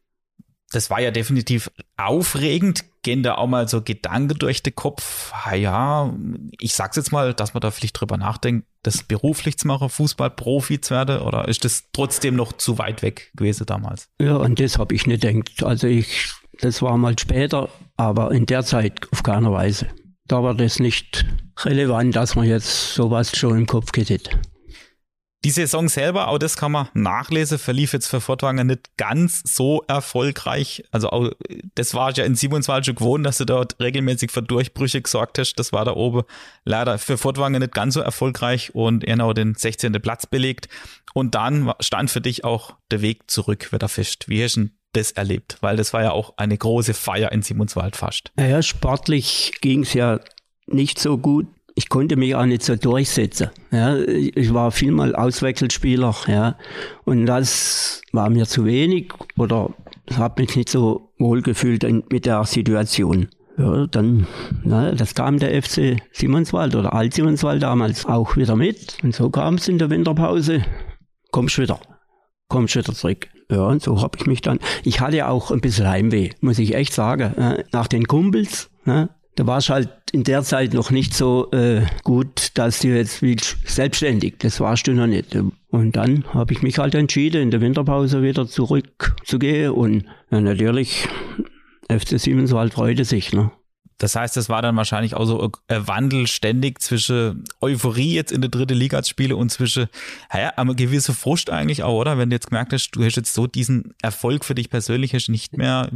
Das war ja definitiv aufregend. Gehen da auch mal so Gedanken durch den Kopf? Ja, ich sag's jetzt mal, dass man da vielleicht drüber nachdenkt, das beruflich zu machen, Fußballprofi zu werden, oder ist das trotzdem noch zu weit weg gewesen damals? Ja, und das habe ich nicht gedacht. Also das war mal später, aber in der Zeit auf keiner Weise. Da war das nicht relevant, dass man jetzt sowas schon im Kopf hätte. Die Saison selber, auch das kann man nachlesen, verlief jetzt für Furtwangen nicht ganz so erfolgreich. Also auch, das war ja in 27 schon gewohnt, dass du dort regelmäßig für Durchbrüche gesorgt hast. Das war da oben leider für Furtwangen nicht ganz so erfolgreich und er auch den 16. Platz belegt. Und dann stand für dich auch der Weg zurück wieder fest. Wie hast du das erlebt? Weil das war ja auch eine große Feier in Simonswald fast. Naja, sportlich ging es ja nicht so gut. Ich konnte mich auch nicht so durchsetzen. Ja, ich war vielmal Auswechselspieler, ja, und das war mir zu wenig oder habe mich nicht so wohl gefühlt mit der Situation. Ja, dann, das kam der FC Simonswald oder Alt-Simonswald damals auch wieder mit und so kam es in der Winterpause. Kommst wieder zurück. Ja, und so habe ich mich dann, ich hatte auch ein bisschen Heimweh, muss ich echt sagen, nach den Kumpels, da war es halt in der Zeit noch nicht so gut, dass du jetzt selbstständig, das warst du noch nicht. Und dann habe ich mich halt entschieden, in der Winterpause wieder zurückzugehen und ja, natürlich, FC Simonswald freute sich, ne? Das heißt, es war dann wahrscheinlich auch so ein Wandel ständig zwischen Euphorie jetzt in der 3. Liga als Spiele und zwischen, eine gewisse Frust eigentlich auch, oder? Wenn du jetzt gemerkt hast, du hast jetzt so diesen Erfolg für dich persönlich hast nicht mehr,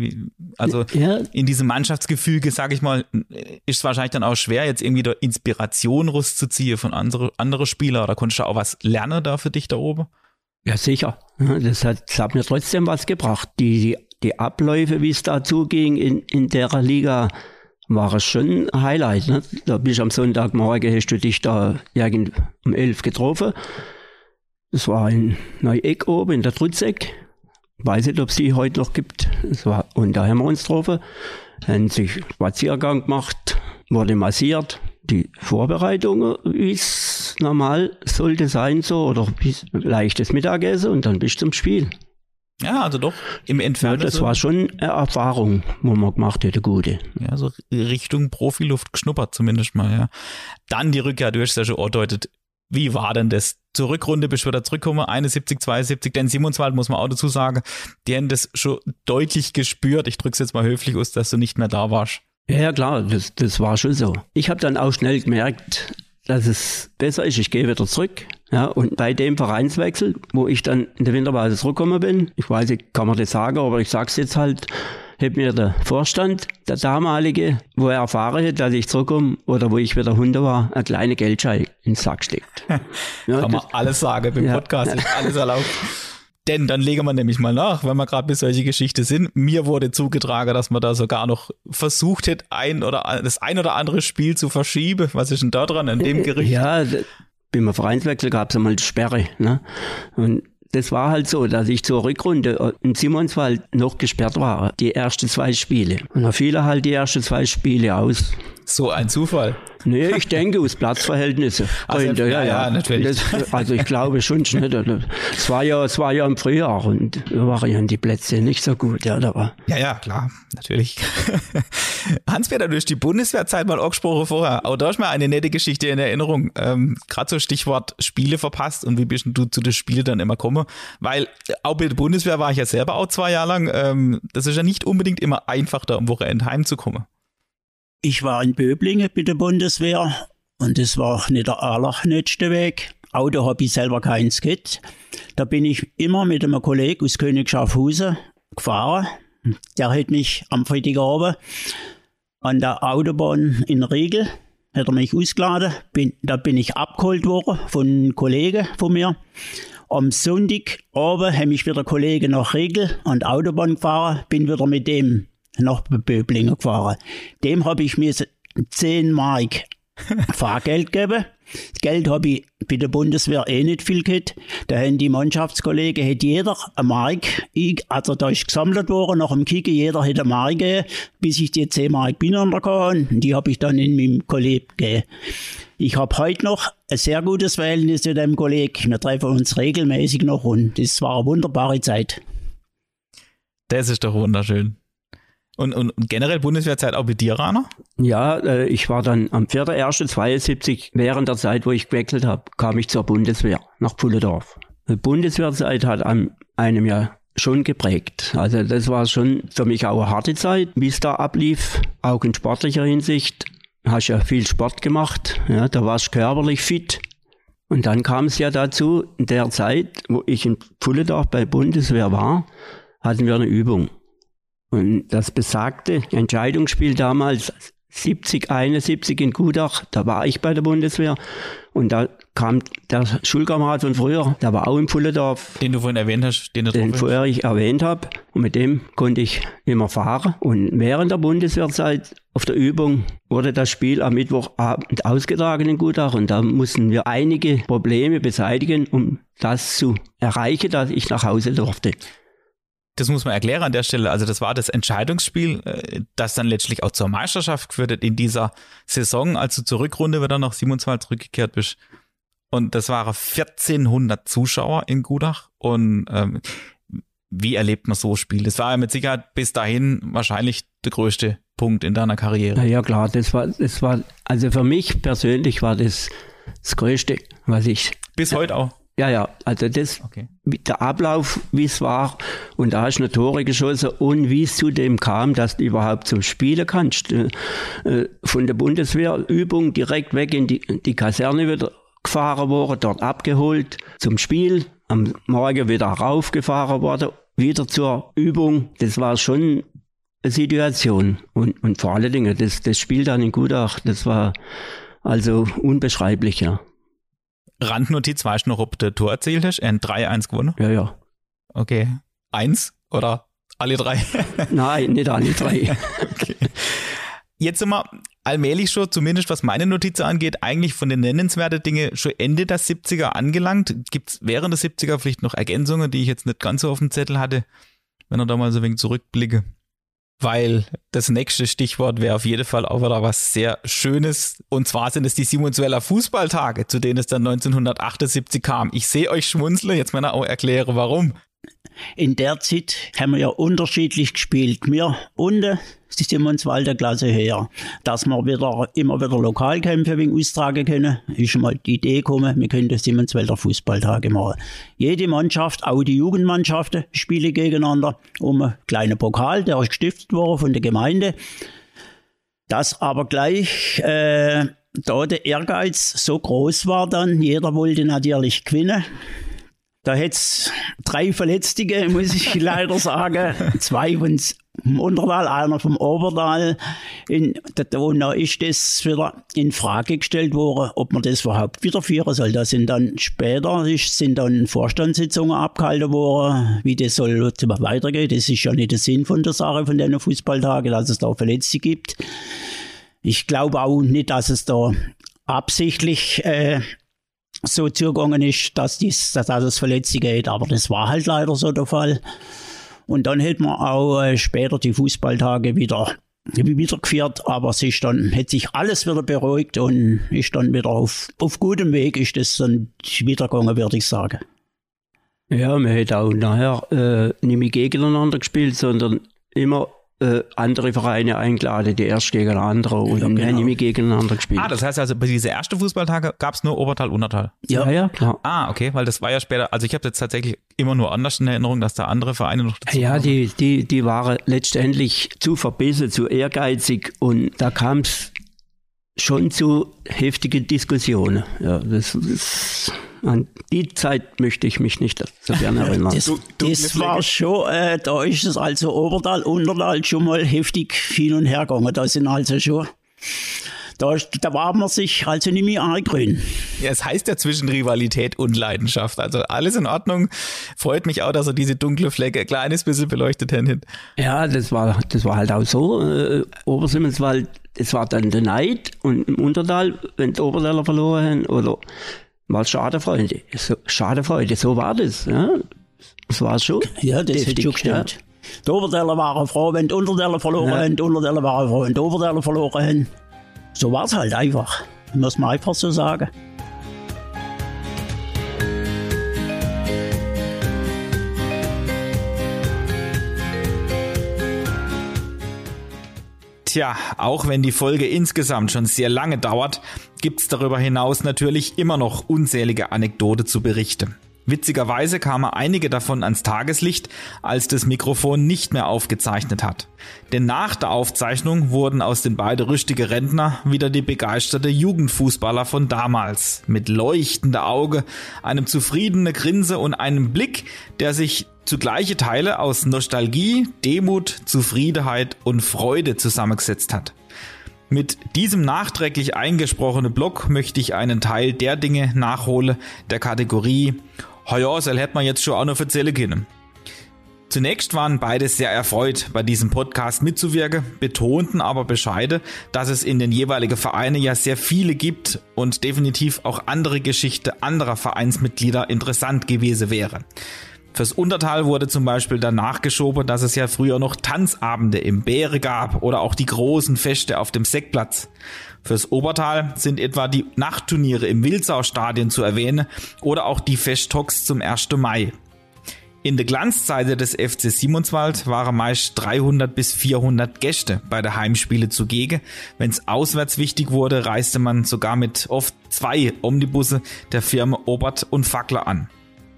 in diesem Mannschaftsgefüge, sag ich mal, ist es wahrscheinlich dann auch schwer, jetzt irgendwie da Inspiration rauszuziehen von anderen Spielern, oder konntest du auch was lernen da für dich da oben? Ja, sicher. Das hat mir trotzdem was gebracht. Die Abläufe, wie es dazu ging in der Liga, war es schon ein Highlight. Ne? Da bist du am Sonntagmorgen, hast du dich da um 11 getroffen. Das war in Neueck oben, in der Trutzeck. Weiß nicht, ob es die heute noch gibt. Und da haben wir uns getroffen, haben sich Spaziergang gemacht, wurde massiert. Die Vorbereitungen, wie es normal sollte sein, so, oder leichtes Mittagessen und dann bist du zum Spiel. Ja, also doch im Entfernten. Ja, das war schon eine Erfahrung, wo man gemacht hätte, gute. Ja, so Richtung Profiluft geschnuppert zumindest mal, ja. Dann die Rückkehr, du hast ja schon angedeutet. Wie war denn das? Zur Rückrunde bist du wieder zurückgekommen, 71, 72, denn Simonswald, muss man auch dazu sagen, die haben das schon deutlich gespürt. Ich drück's jetzt mal höflich aus, dass du nicht mehr da warst. Ja, klar, das war schon so. Ich habe dann auch schnell gemerkt, dass es besser ist, ich gehe wieder zurück. Ja, und bei dem Vereinswechsel, wo ich dann in der Winterpause zurückgekommen bin, ich weiß nicht, kann man das sagen, aber ich sag's jetzt halt, hat mir der Vorstand, der damalige, wo er erfahren hat, dass ich zurückkomme oder wo ich wieder Hunde war, eine kleine Geldschein ins Sack steckt. Ja, kann man alles sagen, beim Podcast ist alles erlaubt. Denn dann legen wir nämlich mal nach, wenn wir gerade bei solche Geschichten sind. Mir wurde zugetragen, dass man da sogar noch versucht hätte, das ein oder andere Spiel zu verschieben. Was ist denn da dran an dem Gericht? Ja, beim Vereinswechsel gab es einmal die Sperre. Ne? Und das war halt so, dass ich zur Rückrunde in Simonswald noch gesperrt war, die ersten 2 Spiele. Und da fielen halt die ersten 2 Spiele aus. So ein Zufall. Nee, ich denke aus Platzverhältnissen. Also, ja, natürlich. Also ich glaube schon. Es war ja im Frühjahr und da waren ja die Plätze nicht so gut. Ja, klar, natürlich. Hans-Peter, du hast die Bundeswehrzeit mal angesprochen vorher. Aber da hast du mal eine nette Geschichte in Erinnerung. Gerade so Stichwort Spiele verpasst und wie bist du zu den Spielen dann immer gekommen? Weil auch bei der Bundeswehr war ich ja selber auch 2 Jahre lang. Das ist ja nicht unbedingt immer einfach, da am Wochenende heimzukommen. Ich war in Böblingen bei der Bundeswehr und das war nicht der allerletzte Weg. Auto habe ich selber keins gehabt. Da bin ich immer mit einem Kollegen aus König Schaffhausen gefahren. Der hat mich am Freitagabend an der Autobahn in Riegel, hat er mich ausgeladen. Da bin ich abgeholt worden von einem Kollegen von mir. Am Sonntagabend habe ich wieder Kollegen nach Riegel an die Autobahn gefahren, bin wieder mit dem nach Böblingen gefahren. Dem habe ich mir 10 Mark Fahrgeld gegeben. Das Geld habe ich bei der Bundeswehr nicht viel gehabt. Da haben die Mannschaftskollegen, hat jeder eine Mark, also da ist gesammelt worden, nach dem Kicken, jeder hat eine Mark gegeben, bis ich die 10 Mark beieinander hatte. Und die habe ich dann in meinem Kollegen gegeben. Ich habe heute noch ein sehr gutes Verhältnis zu dem Kollegen. Wir treffen uns regelmäßig noch und das war eine wunderbare Zeit. Das ist doch wunderschön. Und generell Bundeswehrzeit auch bei dir, Rainer? Ja, ich war dann am 4.1.72, während der Zeit, wo ich gewechselt habe, kam ich zur Bundeswehr nach Pfullendorf. Die Bundeswehrzeit hat einem ja schon geprägt. Also das war schon für mich auch eine harte Zeit, wie es da ablief, auch in sportlicher Hinsicht. Hast ja viel Sport gemacht, ja, da warst du körperlich fit. Und dann kam es ja dazu, in der Zeit, wo ich in Pfullendorf bei Bundeswehr war, hatten wir eine Übung. Und das besagte Entscheidungsspiel damals, 71 in Gutach, da war ich bei der Bundeswehr. Und da kam der Schulkamerad von früher, der war auch in Pfullendorf. Den du vorhin erwähnt hast, den vorher ich erwähnt habe. Und mit dem konnte ich immer fahren. Und während der Bundeswehrzeit auf der Übung wurde das Spiel am Mittwochabend ausgetragen in Gutach. Und da mussten wir einige Probleme beseitigen, um das zu erreichen, dass ich nach Hause durfte. Das muss man erklären an der Stelle. Also das war das Entscheidungsspiel, das dann letztlich auch zur Meisterschaft geführt hat in dieser Saison, als du zur Rückrunde wieder nach Simonswald zurückgekehrt bist. Und das waren 1400 Zuschauer in Gutach. Und wie erlebt man so ein Spiel? Das war ja mit Sicherheit bis dahin wahrscheinlich der größte Punkt in deiner Karriere. Ja klar, das war, also für mich persönlich war das Größte, was ich... Bis heute auch? Ja, also das, okay. Der Ablauf, wie es war, und da hast du eine Tore geschossen und wie es zu dem kam, dass du überhaupt zum Spielen kannst. Von der Bundeswehrübung direkt weg in die Kaserne wieder gefahren worden, dort abgeholt zum Spiel, am Morgen wieder raufgefahren worden, wieder zur Übung. Das war schon eine Situation. Und vor allen Dingen, das Spiel dann in Gutach, das war also unbeschreiblich, ja. Randnotiz, weißt du noch, ob du Tor erzählt hast? 3-1 gewonnen? Ja. Okay. 1 oder alle 3? Nein, nicht alle 3. Okay. Jetzt sind wir allmählich schon, zumindest was meine Notizen angeht, eigentlich von den nennenswerten Dingen schon Ende der 70er angelangt. Gibt es während der 70er vielleicht noch Ergänzungen, die ich jetzt nicht ganz so auf dem Zettel hatte, wenn ich da mal so ein wenig zurückblicke? Weil das nächste Stichwort wäre auf jeden Fall auch wieder was sehr Schönes. Und zwar sind es die Simonswälder Fußballtage, zu denen es dann 1978 kam. Ich sehe euch schmunzeln, jetzt mal auch erkläre, warum. In der Zeit haben wir ja unterschiedlich gespielt. Wir unten, die Simonswalder Klasse her. Dass wir immer wieder Lokalkämpfe wegen austragen können, ist schon mal die Idee gekommen, wir können die Simonswälder Fußballtage machen. Jede Mannschaft, auch die Jugendmannschaften, spielen gegeneinander um einen kleinen Pokal, der ist gestiftet worden von der Gemeinde. Das aber gleich, da der Ehrgeiz so groß war dann, jeder wollte natürlich gewinnen. Da hätt's 3 Verletzte, muss ich leider sagen. 2 vom Untertal, einer vom Obertal. Da ist das wieder in Frage gestellt worden, ob man das überhaupt wieder führen soll. Da sind dann später Vorstandssitzungen abgehalten worden, wie das soll weitergehen. Das ist ja nicht der Sinn von der Sache, von den Fußballtagen, dass es da Verletzte gibt. Ich glaube auch nicht, dass es da absichtlich so zugegangen ist, dass es Verletzte geht, aber das war halt leider so der Fall. Und dann hätten wir auch später die Fußballtage wieder wiedergeführt, aber es ist dann, hat sich alles wieder beruhigt und ist dann wieder auf gutem Weg, ist das dann wiedergegangen, würde ich sagen. Ja, wir hätten auch nachher nicht mehr gegeneinander gespielt, sondern immer andere Vereine eingeladen, die erst gegen andere und dann nicht mehr gegeneinander gespielt. Das heißt also, bei diese ersten Fußballtage gab es nur Obertal, Untertal? Ja, klar. Okay, weil das war ja später, also ich habe jetzt tatsächlich immer nur anders in Erinnerung, dass da andere Vereine noch dazu Ja, kamen. die waren letztendlich zu verbissen, zu ehrgeizig und da kam es schon zu heftigen Diskussionen. Ja, an die Zeit möchte ich mich nicht so gerne erinnern. Das war schon, da ist es also Obertal, Untertal schon mal heftig hin und her gegangen. Da sind also schon, da war man sich also nicht mehr angrün. Ja, es heißt ja zwischen Rivalität und Leidenschaft. Also alles in Ordnung. Freut mich auch, dass er diese dunkle Flecke ein kleines bisschen beleuchtet hat. Ja, das war halt auch so. Obersimmelswald, das war dann der Neid und im Untertal, wenn die Obertaler verloren haben, oder mal Schadefreude. Schadefreude, so war das. Ja. Das war schon. Ja, das hat schon gestimmt. Ja. Die Obertaler waren froh, wenn die Untertaler verloren haben. Die Untertaler waren froh, wenn die Obertaler verloren haben. So war es halt einfach. Muss man einfach so sagen. Tja, auch wenn die Folge insgesamt schon sehr lange dauert, gibt's darüber hinaus natürlich immer noch unzählige Anekdoten zu berichten. Witzigerweise kamen einige davon ans Tageslicht, als das Mikrofon nicht mehr aufgezeichnet hat. Denn nach der Aufzeichnung wurden aus den beiden rüstigen Rentner wieder die begeisterte Jugendfußballer von damals. Mit leuchtender Auge, einem zufriedenen Grinse und einem Blick, der sich zugleiche Teile aus Nostalgie, Demut, Zufriedenheit und Freude zusammengesetzt hat. Mit diesem nachträglich eingesprochenen Block möchte ich einen Teil der Dinge nachholen, der Kategorie ja, soll hätte man jetzt schon auch noch erzählen können. Zunächst waren beide sehr erfreut, bei diesem Podcast mitzuwirken, betonten aber bescheiden, dass es in den jeweiligen Vereinen ja sehr viele gibt und definitiv auch andere Geschichten anderer Vereinsmitglieder interessant gewesen wäre. Fürs Untertal wurde zum Beispiel danach geschoben, dass es ja früher noch Tanzabende im Bäre gab oder auch die großen Feste auf dem Seckplatz. Fürs Obertal sind etwa die Nachtturniere im Wildsau-Stadion zu erwähnen oder auch die Festtalks zum 1. Mai. In der Glanzzeit des FC Simonswald waren meist 300 bis 400 Gäste bei der Heimspiele zugegen. Wenn es auswärts wichtig wurde, reiste man sogar mit oft 2 Omnibusse der Firma Obert und Fackler an.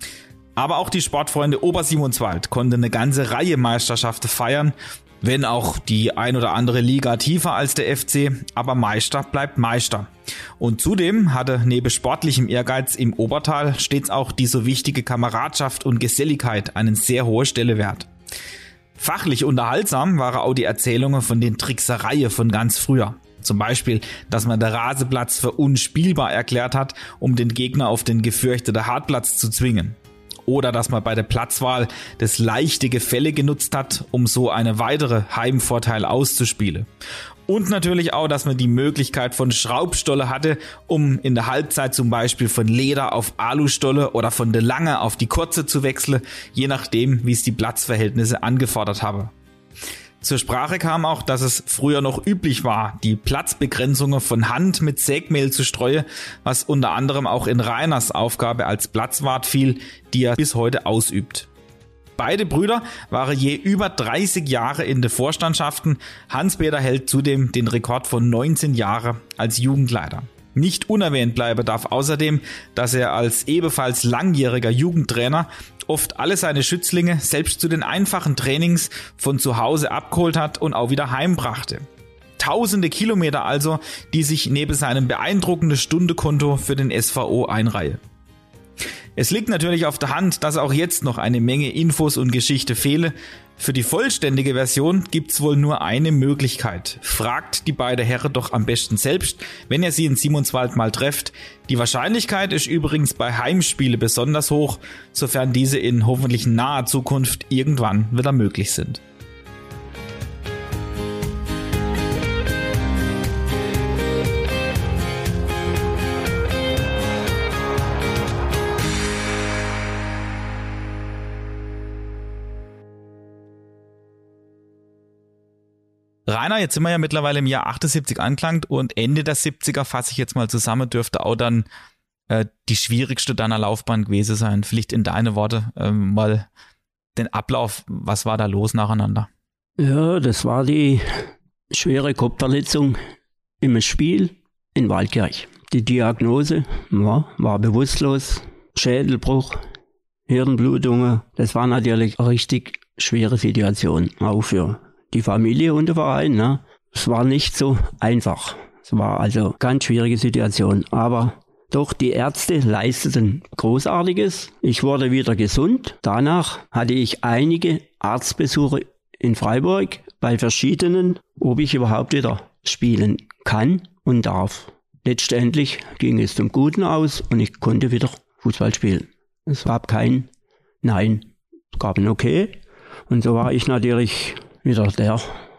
Aber auch die Sportfreunde Obersimonswald konnten eine ganze Reihe Meisterschaften feiern, wenn auch die ein oder andere Liga tiefer als der FC, aber Meister bleibt Meister. Und zudem hatte neben sportlichem Ehrgeiz im Obertal stets auch die so wichtige Kameradschaft und Geselligkeit einen sehr hohen Stellenwert. Fachlich unterhaltsam waren auch die Erzählungen von den Tricksereien von ganz früher. Zum Beispiel, dass man den Rasenplatz für unspielbar erklärt hat, um den Gegner auf den gefürchteten Hartplatz zu zwingen. Oder dass man bei der Platzwahl das leichte Gefälle genutzt hat, um so eine weitere Heimvorteil auszuspielen. Und natürlich auch, dass man die Möglichkeit von Schraubstolle hatte, um in der Halbzeit zum Beispiel von Leder auf Alustolle oder von der Lange auf die Kurze zu wechseln, je nachdem, wie es die Platzverhältnisse angefordert haben. Zur Sprache kam auch, dass es früher noch üblich war, die Platzbegrenzungen von Hand mit Sägmehl zu streuen, was unter anderem auch in Rainers Aufgabe als Platzwart fiel, die er bis heute ausübt. Beide Brüder waren je über 30 Jahre in den Vorstandschaften. Hans-Peter hält zudem den Rekord von 19 Jahren als Jugendleiter. Nicht unerwähnt bleiben darf außerdem, dass er als ebenfalls langjähriger Jugendtrainer oft alle seine Schützlinge selbst zu den einfachen Trainings von zu Hause abgeholt hat und auch wieder heimbrachte. Tausende Kilometer also, die sich neben seinem beeindruckenden Stundenkonto für den SVO einreihen. Es liegt natürlich auf der Hand, dass auch jetzt noch eine Menge Infos und Geschichte fehle. Für die vollständige Version gibt's wohl nur eine Möglichkeit. Fragt die beiden Herren doch am besten selbst, wenn ihr sie in Simonswald mal trefft. Die Wahrscheinlichkeit ist übrigens bei Heimspielen besonders hoch, sofern diese in hoffentlich naher Zukunft irgendwann wieder möglich sind. Rainer, jetzt sind wir ja mittlerweile im Jahr 78 angelangt und Ende der 70er, fasse ich jetzt mal zusammen, dürfte auch dann die schwierigste deiner Laufbahn gewesen sein. Vielleicht in deine Worte mal den Ablauf, was war da los nacheinander? Ja, das war die schwere Kopfverletzung im Spiel in Waldkirch. Die Diagnose war bewusstlos, Schädelbruch, Hirnblutungen. Das war natürlich eine richtig schwere Situation, auch für die Familie und den Verein. Ne? Es war nicht so einfach. Es war also eine ganz schwierige Situation, aber doch, die Ärzte leisteten Großartiges. Ich wurde wieder gesund. Danach hatte ich einige Arztbesuche in Freiburg bei verschiedenen, ob ich überhaupt wieder spielen kann und darf. Letztendlich ging es zum Guten aus und ich konnte wieder Fußball spielen. Es gab kein Nein, es gab ein Okay. Und so war ich natürlich wieder der,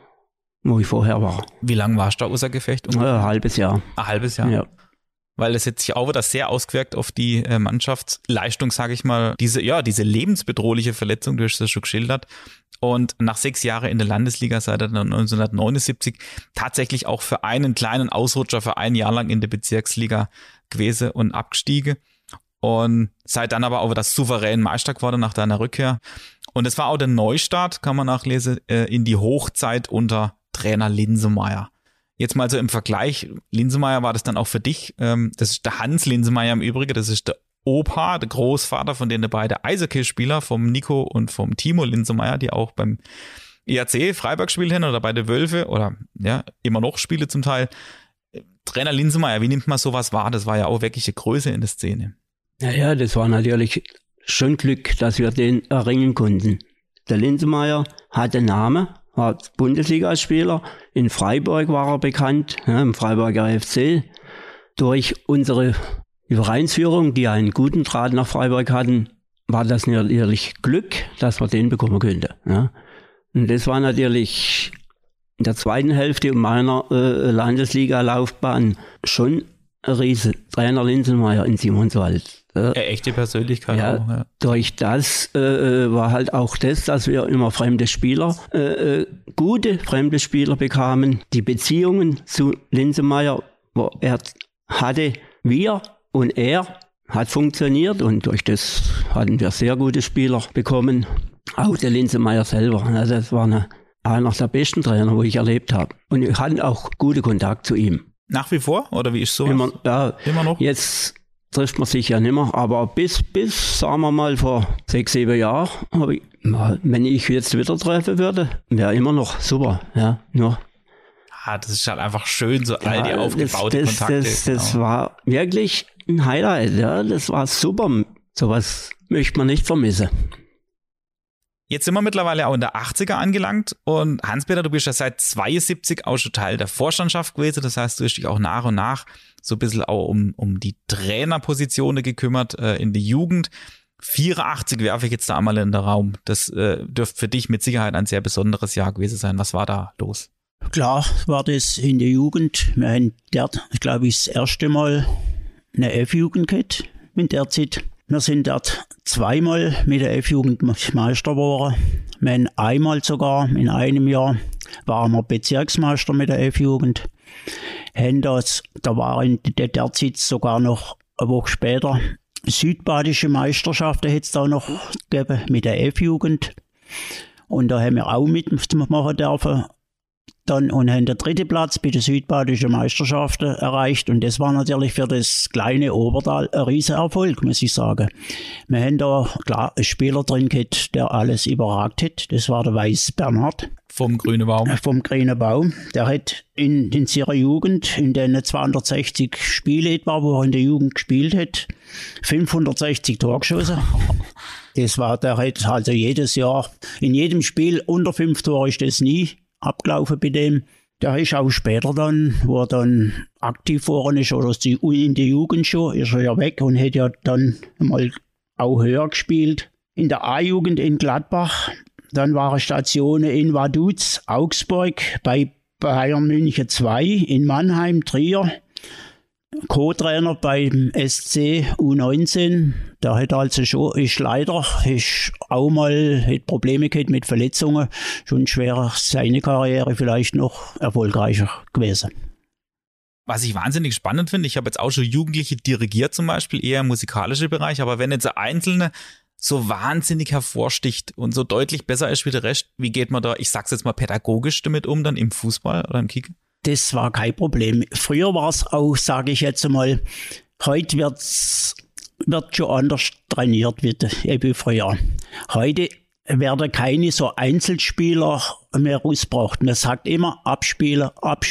wo ich vorher war. Wie lange warst du da außer Gefecht? Ein halbes Jahr. Ein halbes Jahr? Ja. Weil das jetzt sich auch wieder sehr ausgewirkt auf die Mannschaftsleistung, sage ich mal. Diese lebensbedrohliche Verletzung, du hast das schon geschildert. Und nach 6 Jahren in der Landesliga seit 1979 tatsächlich auch für einen kleinen Ausrutscher für ein Jahr lang in der Bezirksliga gewesen und abgestiegen. Und seid dann aber auch wieder souverän Meister geworden nach deiner Rückkehr. Und es war auch der Neustart, kann man nachlesen, in die Hochzeit unter Trainer Linsemeyer. Jetzt mal so im Vergleich, Linsemeyer war das dann auch für dich, das ist der Hans Linsemeyer im Übrigen, das ist der Opa, der Großvater von den beiden Eishockeyspieler, vom Nico und vom Timo Linsemeyer, die auch beim ERC Freiburg spielen oder bei der Wölfe oder ja, immer noch spielen zum Teil. Trainer Linsemeyer, wie nimmt man sowas wahr? Das war ja auch wirklich eine Größe in der Szene. Ja, das war natürlich schon Glück, dass wir den erringen konnten. Der Linsemeyer hatte Namen, war Bundesligaspieler, in Freiburg war er bekannt, ja, im Freiburger FC. Durch unsere Vereinsführung, die einen guten Draht nach Freiburg hatten, war das natürlich Glück, dass wir den bekommen könnten. Ja. Und das war natürlich in der zweiten Hälfte meiner Landesliga-Laufbahn schon ein Riese. Trainer Linsemeyer in Simonswald. Echte Persönlichkeit ja, auch. Ja. Durch das war halt auch das, dass wir immer fremde Spieler, gute fremde Spieler bekamen. Die Beziehungen zu Linsemeyer, wo er hatte, wir und er, hat funktioniert und durch das hatten wir sehr gute Spieler bekommen. Auch der Linsemeyer selber. Also das war einer der besten Trainer, wo ich erlebt habe. Und ich hatte auch gute Kontakt zu ihm. Nach wie vor? Oder wie ist so? Immer noch? Jetzt trifft man sich ja nicht mehr, aber bis, sagen wir mal, vor 6, 7 Jahren, wenn ich jetzt wieder treffen würde, wäre immer noch super. Ja, nur. Das ist halt einfach schön, so all die aufgebauten Kontakte. Das war wirklich ein Highlight, ja, das war super. Sowas möchte man nicht vermissen. Jetzt sind wir mittlerweile auch in der 80er angelangt und Hans-Peter, du bist ja seit 72 auch schon Teil der Vorstandschaft gewesen, das heißt, du hast dich auch nach und nach so ein bisschen auch um die Trainerpositionen gekümmert in der Jugend. 84 werfe ich jetzt da einmal in den Raum. Das dürfte für dich mit Sicherheit ein sehr besonderes Jahr gewesen sein. Was war da los? Klar war das in der Jugend. Wir haben dort, glaube ich, das erste Mal eine F-Jugend gehabt in der Zeit. Wir sind dort 2-mal mit der F-Jugend Meister geworden. Wir haben einmal sogar in einem Jahr waren wir Bezirksmeister mit der F-Jugend. Da war in der Zeit sogar noch eine Woche später südbadische Meisterschaften hätte es da noch gegeben mit der F-Jugend. Und da haben wir auch mitmachen dürfen. Und haben den 3. Platz bei den südbadischen Meisterschaften erreicht. Und das war natürlich für das kleine Obertal ein Riesenerfolg, muss ich sagen. Wir haben da, klar, einen Spieler drin gehabt, der alles überragt hat. Das war der Weiß Bernhard. Vom Grünen Baum. Vom Grünen Baum. Der hat in seiner Jugend, in den 260 Spielen etwa, wo er in der Jugend gespielt hat, 560 Tore geschossen. Das war, der hat also jedes Jahr, in jedem Spiel unter 5 Tore ist das nie abgelaufen bei dem. Der ist auch später dann, wo er dann aktiv geworden ist, oder in der Jugend schon, ist er ja weg und hat ja dann mal auch höher gespielt. In der A-Jugend in Gladbach, dann waren Stationen in Vaduz, Augsburg, bei Bayern München 2, in Mannheim, Trier, Co-Trainer beim SC U19. Der hat also schon, ist auch mal hat Probleme gehabt mit Verletzungen. Schon schwerer seine Karriere vielleicht noch erfolgreicher gewesen. Was ich wahnsinnig spannend finde, ich habe jetzt auch schon Jugendliche dirigiert zum Beispiel, eher im musikalischen Bereich, aber wenn jetzt ein Einzelne so wahnsinnig hervorsticht und so deutlich besser ist wie der Rest, wie geht man da, ich sag's jetzt mal pädagogisch damit um, dann im Fußball oder im Kicken? Das war kein Problem. Früher war es auch, sage ich jetzt mal, heute wird schon anders trainiert wie früher. Heute werden keine so Einzelspieler mehr rausgebracht. Man sagt immer, abspielen,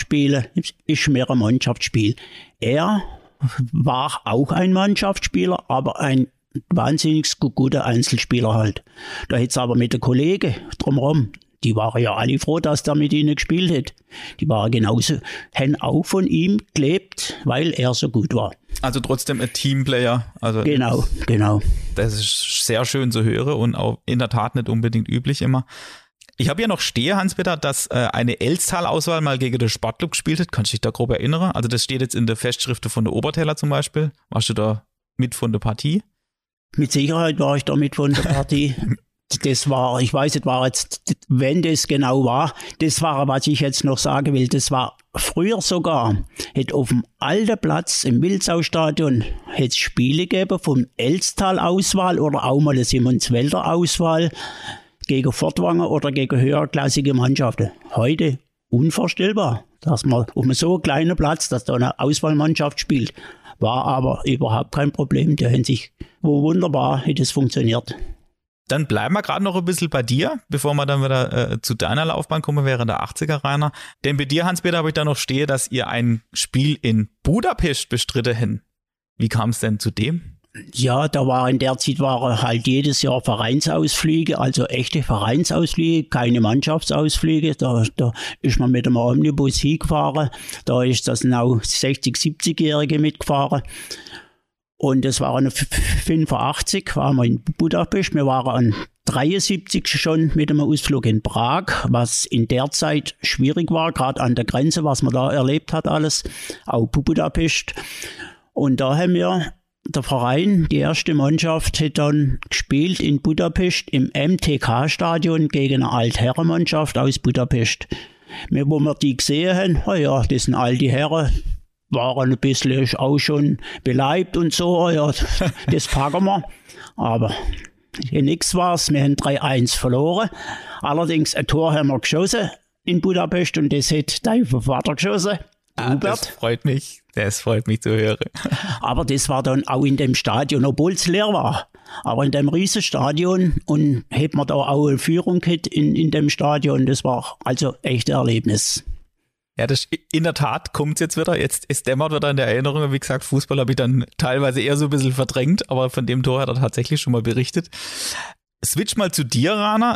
ist mehr ein Mannschaftsspiel. Er war auch ein Mannschaftsspieler, aber ein wahnsinnig guter Einzelspieler halt. Da hätte es aber mit den Kollegen drumherum, die waren ja alle froh, dass der mit ihnen gespielt hat. Die waren genauso, haben auch von ihm gelebt, weil er so gut war. Also trotzdem ein Teamplayer. Also Genau. Das ist sehr schön zu hören und auch in der Tat nicht unbedingt üblich immer. Ich habe ja noch stehe, Hans-Peter, dass eine Elstal-Auswahl mal gegen den Sportclub gespielt hat. Kannst du dich da grob erinnern? Also das steht jetzt in der Festschrift von der Obertäler zum Beispiel. Warst du da mit von der Partie? Mit Sicherheit war ich da mit von der Partie. Das war, ich weiß nicht, war jetzt, wenn das genau war, das war, was ich jetzt noch sagen will, das war früher sogar, hätte auf dem alten Platz im Wildsau-Stadion hätte es Spiele gegeben vom Elstal-Auswahl oder auch mal eine Simonswälder-Auswahl gegen Fortwanger oder gegen höherklassige Mannschaften. Heute unvorstellbar, dass man auf einem so kleinen Platz, dass da eine Auswahlmannschaft spielt. War aber überhaupt kein Problem, der hätte sich, wunderbar hätte es funktioniert. Dann bleiben wir gerade noch ein bisschen bei dir, bevor wir dann wieder zu deiner Laufbahn kommen, während der 80er, Rainer. Denn bei dir, Hans-Peter, habe ich da noch stehe, dass ihr ein Spiel in Budapest bestritten habt. Wie kam es denn zu dem? Ja, in der Zeit waren halt jedes Jahr Vereinsausflüge, also echte Vereinsausflüge, keine Mannschaftsausflüge. Da ist man mit dem Omnibus hingefahren. Da ist das now 60-, 70-Jährige mitgefahren. Und es waren 85, waren wir in Budapest. Wir waren an 73 schon mit einem Ausflug in Prag, was in der Zeit schwierig war, gerade an der Grenze, was man da erlebt hat alles, auch Budapest. Und da haben wir, der Verein, die erste Mannschaft, hat dann gespielt in Budapest im MTK-Stadion gegen eine Altherrenmannschaft aus Budapest. Wo wir die gesehen haben, das sind alte Herren, waren ein bisschen auch schon beleibt und so, das packen wir. Aber nichts war's, wir haben 3-1 verloren. Allerdings ein Tor haben wir geschossen in Budapest und das hat dein Vater geschossen. Das freut mich zu hören. Aber das war dann auch in dem Stadion, obwohl es leer war. Aber in dem riesen Stadion und hat man da auch eine Führung gehabt in dem Stadion. Das war also echt ein Erlebnis. Ja, das in der Tat kommt jetzt wieder. Jetzt ist dämmert wieder in der Erinnerung. Wie gesagt, Fußball habe ich dann teilweise eher so ein bisschen verdrängt, aber von dem Tor hat er tatsächlich schon mal berichtet. Switch mal zu dir, Rana.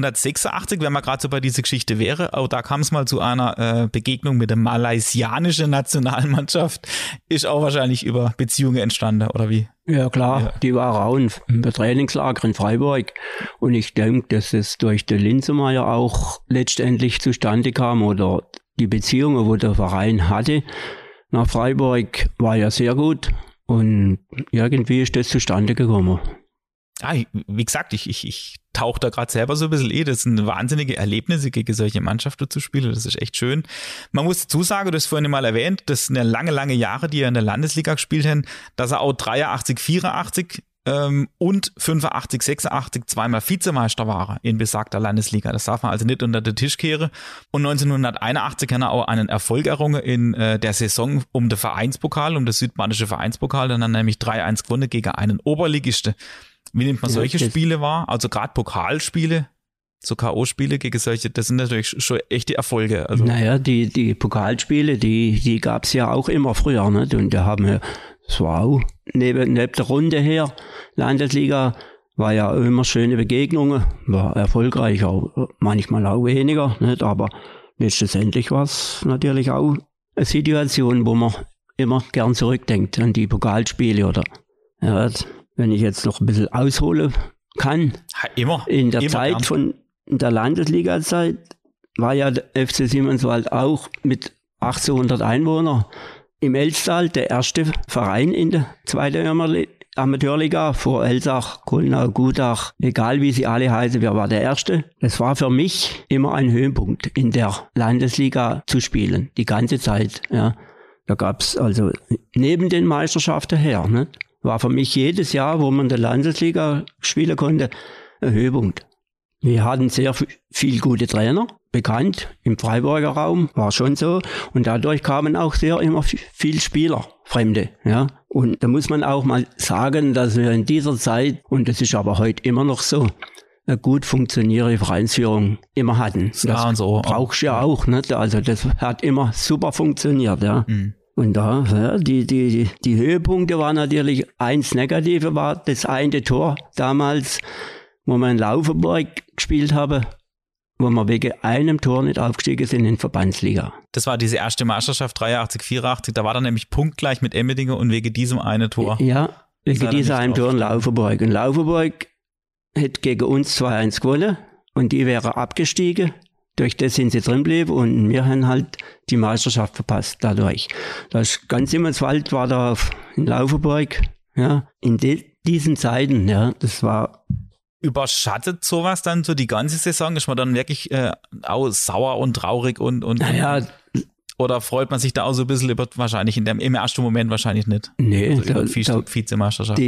1986, wenn man gerade so bei dieser Geschichte wäre, auch da kam es mal zu einer Begegnung mit der malaysianischen Nationalmannschaft. Ist auch wahrscheinlich über Beziehungen entstanden, oder wie? Ja klar, ja. Die waren auch im Trainingslager in Freiburg. Und ich denke, dass es durch den Linsemeyer auch letztendlich zustande kam oder die Beziehungen, wo der Verein hatte nach Freiburg, war ja sehr gut. Und irgendwie ist das zustande gekommen. Ja, wie gesagt, ich tauche da gerade selber so ein bisschen das sind wahnsinnige Erlebnisse, gegen solche Mannschaften zu spielen, das ist echt schön. Man muss dazu sagen, du hast vorhin mal erwähnt, das sind ja lange Jahre, die er in der Landesliga gespielt haben, dass er auch 83, 84 und 85, 86 zweimal Vizemeister war in besagter Landesliga. Das darf man also nicht unter den Tisch kehren. Und 1981 hat er auch einen Erfolg errungen in der Saison um den Vereinspokal, um das südbanische Vereinspokal, dann hat er nämlich 3-1 gewonnen gegen einen Oberligisten. Wie nimmt man solche Spiele wahr? Also gerade Pokalspiele, so K.O.-Spiele gegen solche, das sind natürlich schon echte Erfolge. Also. Naja, die Pokalspiele, die gab es ja auch immer früher, nicht? Und da haben wir, das war auch neben der Runde her, Landesliga, war ja immer schöne Begegnungen, war erfolgreich, auch manchmal auch weniger, nicht? Aber letztendlich war es natürlich auch eine Situation, wo man immer gern zurückdenkt an die Pokalspiele oder ja, wenn ich jetzt noch ein bisschen ausholen kann. Immer. In der immer Zeit gern. von der Landesliga-Zeit war ja der FC Simonswald auch mit 1800 Einwohnern im Elstal der erste Verein in der zweiten Amateurliga vor Elsach, Kohlnau, Gutach, egal wie sie alle heißen, wir waren der Erste. Das war für mich immer ein Höhepunkt, in der Landesliga zu spielen, die ganze Zeit. Ja. Da gab's also neben den Meisterschaften her, ne, war für mich jedes Jahr, wo man in der Landesliga spielen konnte, ein Höhepunkt. Wir hatten sehr viel gute Trainer, bekannt im Freiburger Raum, war schon so. Und dadurch kamen auch immer viel Spieler, Fremde. Ja. Und da muss man auch mal sagen, dass wir in dieser Zeit, und das ist aber heute immer noch so, eine gut funktionierende Vereinsführung immer hatten. Ja, und so. Brauchst du ja auch. Nicht? Also das hat immer super funktioniert. Ja. Mhm. Und da, ja, die Höhepunkte waren natürlich, eins Negative war das eine Tor damals, wo wir in Laufenburg gespielt haben, wo wir wegen einem Tor nicht aufgestiegen sind in die Verbandsliga. Das war diese erste Meisterschaft 83, 84, da war dann nämlich punktgleich mit Emmendingen und wegen diesem einen Tor. Ja, wegen diesem einen Tor in Laufenburg. Und Laufenburg hätte gegen uns 2-1 gewonnen und die wäre abgestiegen. Durch das sind sie drin geblieben und wir haben halt die Meisterschaft verpasst dadurch. Das ganz Simonswald war da in Laufenburg, ja, in diesen Zeiten, ja, das war. Überschattet sowas dann so die ganze Saison? Ist man dann wirklich auch sauer und traurig und naja, oder freut man sich da auch so ein bisschen über, wahrscheinlich im ersten Moment wahrscheinlich nicht? Nee, also Vizemeisterschaft.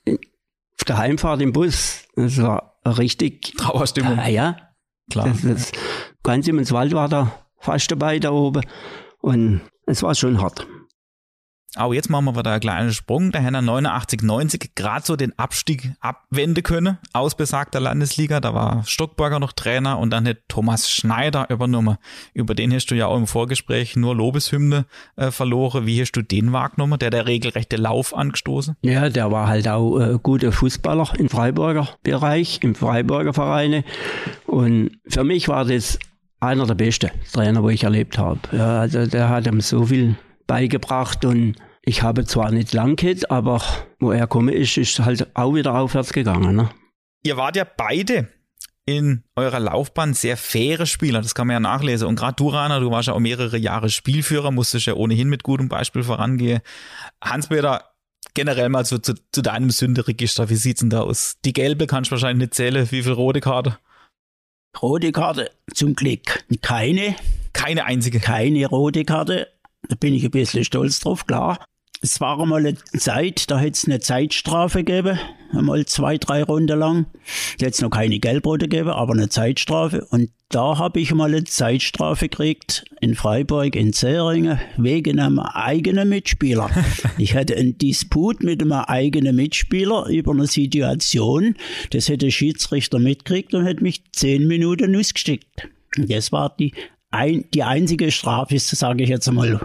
Auf der Heimfahrt im Bus, das war richtig Trauerstimmung. Ja, klar. Das ganz im Wald war da fast dabei da oben und es war schon hart. Auch jetzt machen wir wieder einen kleinen Sprung. Da haben wir 89, 90 gerade so den Abstieg abwenden können aus besagter Landesliga. Da war Stockberger noch Trainer und dann hat Thomas Schneider übernommen. Über den hast du ja auch im Vorgespräch nur Lobeshymne verloren. Wie hast du den wahrgenommen? Der regelrechte Lauf angestoßen? Ja, der war halt auch guter Fußballer im Freiburger Bereich, im Freiburger Vereine. Und für mich war das einer der besten Trainer, wo ich erlebt habe. Ja, also der hat ihm so viel beigebracht und ich habe zwar nicht lang gehabt, aber wo er gekommen ist halt auch wieder aufwärts gegangen. Ne? Ihr wart ja beide in eurer Laufbahn sehr faire Spieler, das kann man ja nachlesen. Und gerade du, Rainer, du warst ja auch mehrere Jahre Spielführer, musstest ja ohnehin mit gutem Beispiel vorangehen. Hans-Peter, generell mal zu deinem Sünderegister, wie sieht's denn da aus? Die gelbe kannst du wahrscheinlich nicht zählen, wie viele rote Karte? Rote Karte, zum Glück keine. Keine einzige? Keine rote Karte. Da bin ich ein bisschen stolz drauf, klar. Es war einmal eine Zeit, da hätte es eine Zeitstrafe gegeben, einmal 2-3 Runden lang. Da hätte es noch keine Gelbrote gegeben, aber eine Zeitstrafe. Und da habe ich mal eine Zeitstrafe gekriegt in Freiburg, in Zähringen, wegen einem eigenen Mitspieler. Ich hatte einen Disput mit einem eigenen Mitspieler über eine Situation. Das hätte der Schiedsrichter mitgekriegt und hätte mich 10 Minuten ausgestickt. Und das war die einzige Strafe, sage ich jetzt einmal.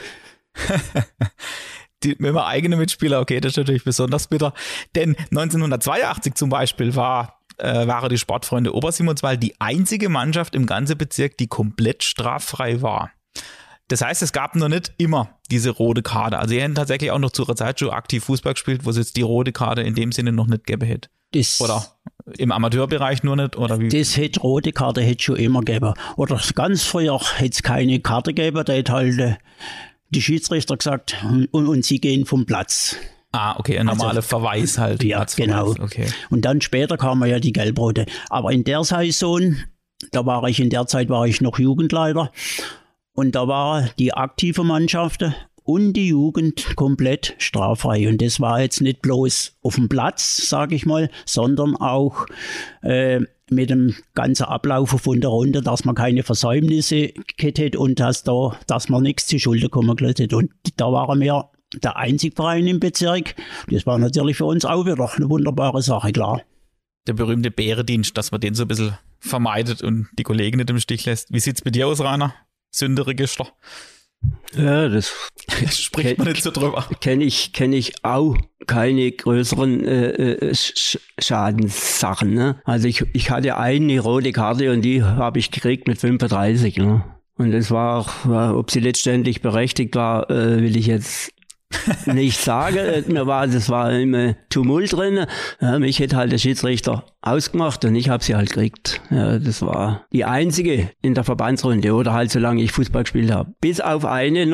Mit einem eigenen Mitspieler, okay, das ist natürlich besonders bitter. Denn 1982 zum Beispiel waren die Sportfreunde Obersimonswald die einzige Mannschaft im ganzen Bezirk, die komplett straffrei war. Das heißt, es gab noch nicht immer diese rote Karte. Also ihr habt tatsächlich auch noch zu ihrer Zeit schon aktiv Fußball gespielt, wo es jetzt die rote Karte in dem Sinne noch nicht gegeben hätte. Oder im Amateurbereich nur nicht? Oder wie? Das hätte rote Karte hätte schon immer gegeben. Oder ganz früher hätte es keine Karte gegeben, da hätte halt die Schiedsrichter gesagt, und sie gehen vom Platz. Ah, okay, ein normaler Verweis halt. Ja, genau. Okay. Und dann später kamen ja die Gelbrote. Aber in der Saison, in der Zeit war ich noch Jugendleiter und da war die aktive Mannschaft und die Jugend komplett straffrei. Und das war jetzt nicht bloß auf dem Platz, sage ich mal, sondern auch mit dem ganzen Ablauf von der Runde, dass man keine Versäumnisse gehabt hat und dass man nichts zu Schulden kommen hat. Und da waren wir der einzige Verein im Bezirk. Das war natürlich für uns auch wieder eine wunderbare Sache, klar. Der berühmte Bärendienst, dass man den so ein bisschen vermeidet und die Kollegen nicht im Stich lässt. Wie sieht's mit dir aus, Rainer? Sünderegister? Ja, das spricht man nicht so drüber. Kenn ich auch keine größeren Schadenssachen. Ne? Also ich hatte eine rote Karte und die habe ich gekriegt mit 35. Ne? Und das war auch, ob sie letztendlich berechtigt war, will ich jetzt nicht sagen. Das war immer Tumult drin. Ja, mich hätte halt der Schiedsrichter ausgemacht und ich habe sie halt gekriegt. Ja, das war die einzige in der Verbandsrunde oder halt solange ich Fußball gespielt habe. Bis auf eine noch,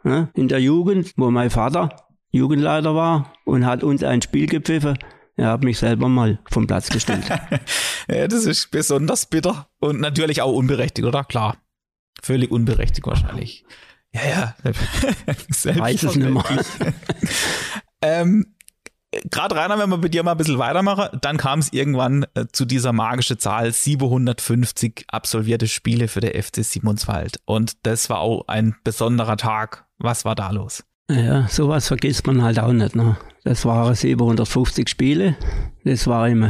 ne, in der Jugend, wo mein Vater Jugendleiter war und hat uns ein Spiel gepfiffen. Er hat mich selber mal vom Platz gestellt. Ja, das ist besonders bitter und natürlich auch unberechtigt, oder? Klar. Völlig unberechtigt wahrscheinlich. Ja. Weiß es nicht mehr. Gerade Rainer, wenn wir mit dir mal ein bisschen weitermachen, dann kam es irgendwann zu dieser magischen Zahl 750 absolvierte Spiele für der FC Simonswald. Und das war auch ein besonderer Tag. Was war da los? Ja, sowas vergisst man halt auch nicht. Ne? Das waren 750 Spiele. Das war im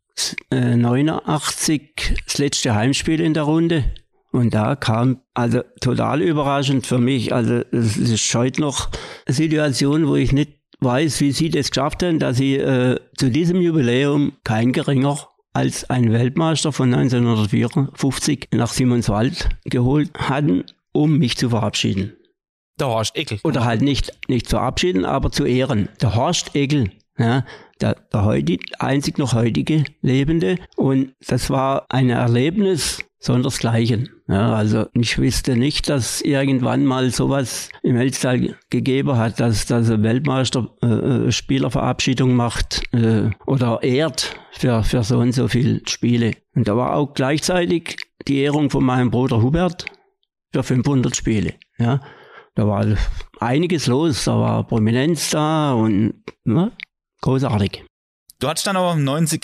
89 das letzte Heimspiel in der Runde. Und da kam, also total überraschend für mich, also es ist heute noch eine Situation, wo ich nicht weiß, wie sie das geschafft haben, dass sie zu diesem Jubiläum kein geringer als ein Weltmeister von 1954 nach Simonswald geholt hatten, um mich zu verabschieden. Der Horst Eckel. Oder halt nicht zu verabschieden, aber zu ehren. Der Horst Eckel, ja, der einzig noch heutige Lebende. Und das war ein Erlebnis sondersgleichen. Ja, also ich wüsste nicht, dass irgendwann mal sowas im Elstal gegeben hat, dass ein Weltmeister Spielerverabschiedung macht oder ehrt für so und so viele Spiele. Und da war auch gleichzeitig die Ehrung von meinem Bruder Hubert für 500 Spiele. Ja, da war einiges los, da war Prominenz da und großartig. Du hattest dann aber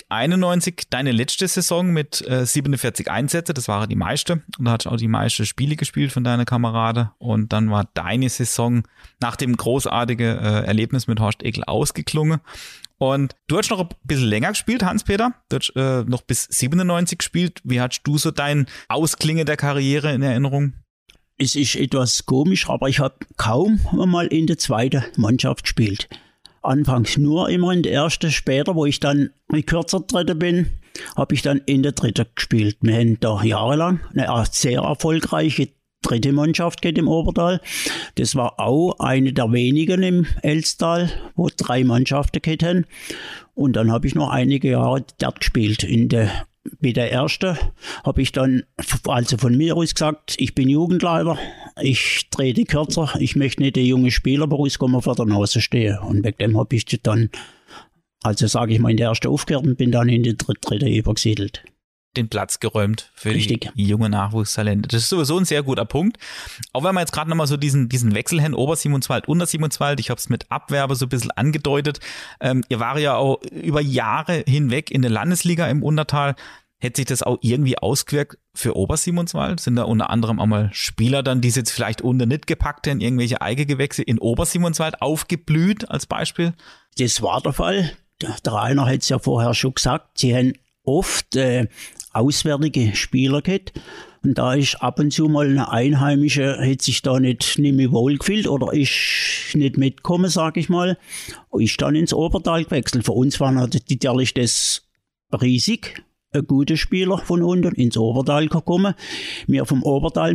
91 deine letzte Saison mit 47 Einsätze, das waren die meiste. Und da hattest du auch die meisten Spiele gespielt von deiner Kamerade. Und dann war deine Saison nach dem großartigen Erlebnis mit Horst Eckel ausgeklungen. Und du hast noch ein bisschen länger gespielt, Hans-Peter. Du hast noch bis 97 gespielt. Wie hast du so dein Ausklingen der Karriere in Erinnerung? Es ist etwas komisch, aber ich habe kaum mal in der zweiten Mannschaft gespielt. Anfangs nur immer in der ersten, später, wo ich dann kürzer Dritter bin, habe ich dann in der dritten gespielt. Wir haben da jahrelang eine sehr erfolgreiche dritte Mannschaft gehabt im Obertal. Das war auch eine der wenigen im Elstal, wo 3 Mannschaften gehabt haben. Und dann habe ich noch einige Jahre dort gespielt. Mit der ersten habe ich dann, also von mir aus gesagt, ich bin Jugendleiter, ich trete kürzer, ich möchte nicht der junge Spieler bei uns kommen vor der Nase stehen. Und wegen dem habe ich dann, also sage ich mal, in der ersten aufgehört und bin dann in die dritte übergesiedelt. Den Platz geräumt für Richtig. Die junge Nachwuchstalente. Das ist sowieso ein sehr guter Punkt. Auch wenn wir jetzt gerade nochmal so diesen Wechsel haben, Obersimonswald, Untersimonswald, ich habe es mit Abwerbe so ein bisschen angedeutet. Ihr wart ja auch über Jahre hinweg in der Landesliga im Untertal. Hätte sich das auch irgendwie ausgewirkt für Obersimonswald? Sind da unter anderem auch mal Spieler dann, die es jetzt vielleicht unter nicht gepackt haben, irgendwelche Eigengewächse in Obersimonswald aufgeblüht als Beispiel? Das war der Fall. Der Rainer hat es ja vorher schon gesagt, sie haben oft auswärtige Spieler gehabt. Und da ist ab und zu mal eine Einheimische, hat sich da nicht mehr wohl gefühlt oder ist nicht mitgekommen, sag ich mal. Und ist dann ins Obertal gewechselt. Für uns war natürlich das riesig. Ein guter Spieler von unten ins Obertal gekommen. Wir vom Obertal,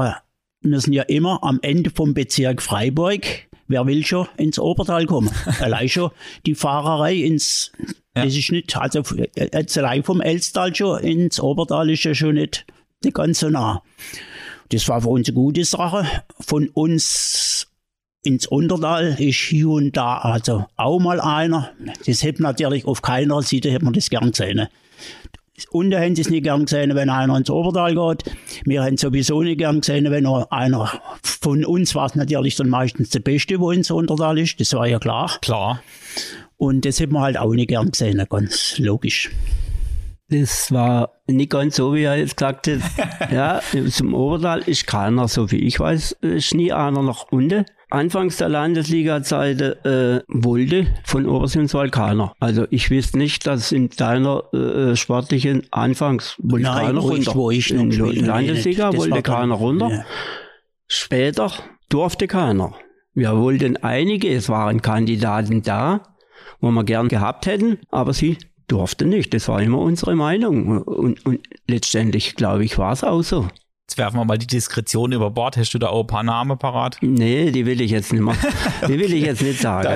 wir sind ja immer am Ende vom Bezirk Freiburg. Wer will schon ins Obertal kommen? Allein schon die Fahrerei das ist nicht, also jetzt allein vom Elstal schon ins Obertal ist ja schon nicht ganz so nah. Das war für uns eine gute Sache. Von uns ins Untertal ist hier und da also auch mal einer. Das hätte natürlich auf keiner Seite hätte man das gern gesehen. Unten haben sie es nicht gern gesehen, wenn einer ins Obertal geht. Wir haben sowieso nicht gern gesehen, wenn einer von uns war es natürlich dann meistens der Beste, wo ins Untertal ist. Das war ja klar. Klar. Und das hätten wir halt auch nicht gern gesehen, ganz logisch. Das war nicht ganz so, wie er jetzt gesagt hat. Ja, zum Obertal ist keiner, so wie ich weiß, ist nie einer nach unten. Anfangs der Landesliga-Zeit wollte von Obersimonswald keiner. Also ich wüsste nicht, dass in deiner sportlichen Anfangs wollte keiner runter. Wo ich noch in der Landesliga wollte keiner runter. Ja. Später durfte keiner. Wir wollten einige, es waren Kandidaten da, wo wir gern gehabt hätten, aber sie durften nicht. Das war immer unsere Meinung. Und letztendlich, glaube ich, war es auch so. Jetzt werfen wir mal die Diskretion über Bord. Hast du da auch ein paar Namen parat? Nee, die will ich jetzt nicht mehr. Die will ich jetzt nicht sagen.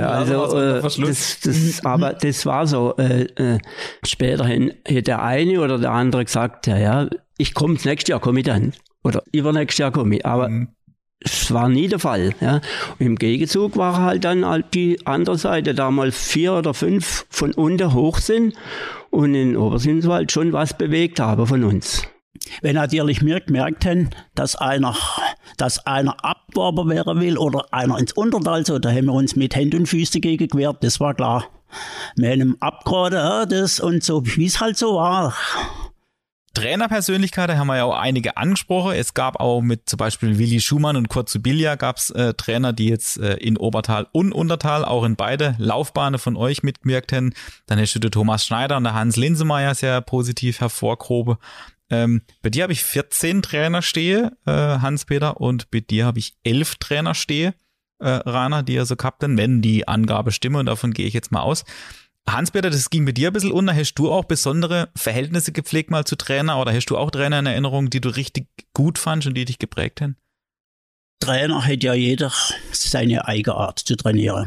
Aber das war so. Späterhin hätte der eine oder der andere gesagt, ja, ich komme nächstes Jahr, komme ich dann. Oder übernächstes Jahr komme ich. Aber Es war nie der Fall. Ja. Im Gegenzug war halt dann halt die andere Seite, da mal 4 oder 5 von unten hoch sind und in Obersinswald schon was bewegt haben von uns. Wenn natürlich wir gemerkt haben, dass einer Abwerber werden will oder einer ins Untertal, so, da haben wir uns mit Händen und Füßen gegen gewehrt, das war klar. Wir haben abgeraten, das und so, wie es halt so war. Trainerpersönlichkeiten haben wir ja auch einige angesprochen. Es gab auch mit zum Beispiel Willi Schumann und Kurt Subilia gab's Trainer, die jetzt in Obertal und Untertal auch in beide Laufbahnen von euch mitgewirkt haben. Dann hast du den Thomas Schneider und der Hans Linsemeyer sehr positiv hervorgehoben. Bei dir habe ich 14 Trainer stehe, Hans-Peter, und bei dir habe ich 11 Trainer stehe, Rainer, die ihr so gehabt habt, wenn die Angabe stimme, und davon gehe ich jetzt mal aus. Hans-Peter, das ging bei dir ein bisschen unter. Hast du auch besondere Verhältnisse gepflegt mal zu Trainer, oder hast du auch Trainer in Erinnerung, die du richtig gut fandst und die dich geprägt haben? Trainer hat ja jeder seine eigene Art zu trainieren.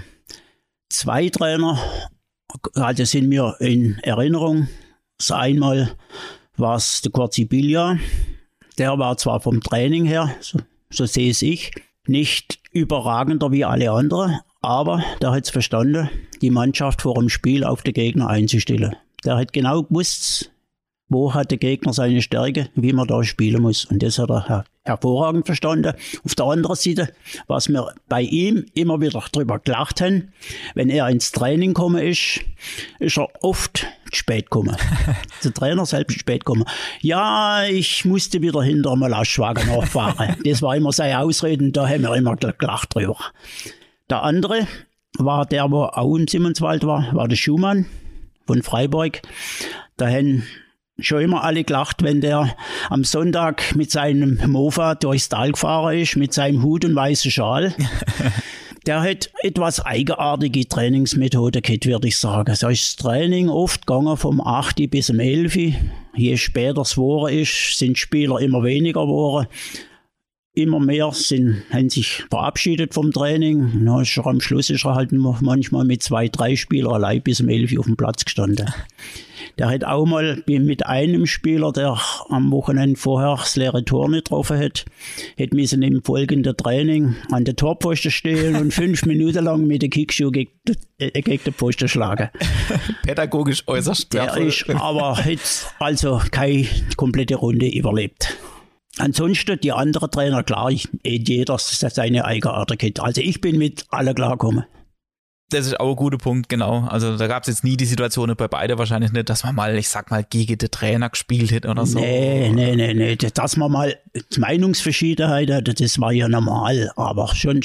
2 Trainer, also sind mir in Erinnerung. Das einmal war es der Kurt Sibilia. Der war zwar vom Training her, so sehe es ich, nicht überragender wie alle anderen, aber der hat es verstanden, die Mannschaft vor dem Spiel auf den Gegner einzustellen. Der hat genau gewusst, wo hat der Gegner seine Stärke, wie man da spielen muss. Und das hat er hervorragend verstanden. Auf der anderen Seite, was wir bei ihm immer wieder drüber gelacht haben, wenn er ins Training gekommen ist er oft spät gekommen. Der Trainer selbst spät gekommen. Ja, ich musste wieder hinter einem Lastwagen nachfahren. Das war immer seine Ausrede, da haben wir immer gelacht drüber. Der andere war der, wo auch im Simmonswald war der Schumann von Freiburg. Da haben schon immer alle gelacht, wenn der am Sonntag mit seinem Mofa durchs Tal gefahren ist, mit seinem Hut und weißen Schal. Der hat etwas eigenartige Trainingsmethode gehabt, würde ich sagen. So ist das Training oft gegangen vom 8 bis um 11. Je später es geworden ist, sind Spieler immer weniger geworden. Immer mehr haben sich verabschiedet vom Training. Am Schluss ist er halt manchmal mit 2, 3 Spielern allein bis um 11 auf dem Platz gestanden. Der hat auch mal mit einem Spieler, der am Wochenende vorher das leere Tor nicht getroffen hat müssen im folgenden Training an der Torpfosten stehen und 5 Minuten lang mit den Kickschuh gegen den Pfosten schlagen. Pädagogisch äußerst wertvoll. Der ist aber jetzt also keine komplette Runde überlebt. Ansonsten die anderen Trainer, klar, jeder seine eigene Art hat. Also ich bin mit allen klargekommen. Das ist auch ein guter Punkt, genau. Also da gab es jetzt nie die Situation bei beiden wahrscheinlich nicht, dass man mal, ich sag mal, gegen den Trainer gespielt hat oder so. Nee. Dass man mal Meinungsverschiedenheit hatte, das war ja normal, aber schon...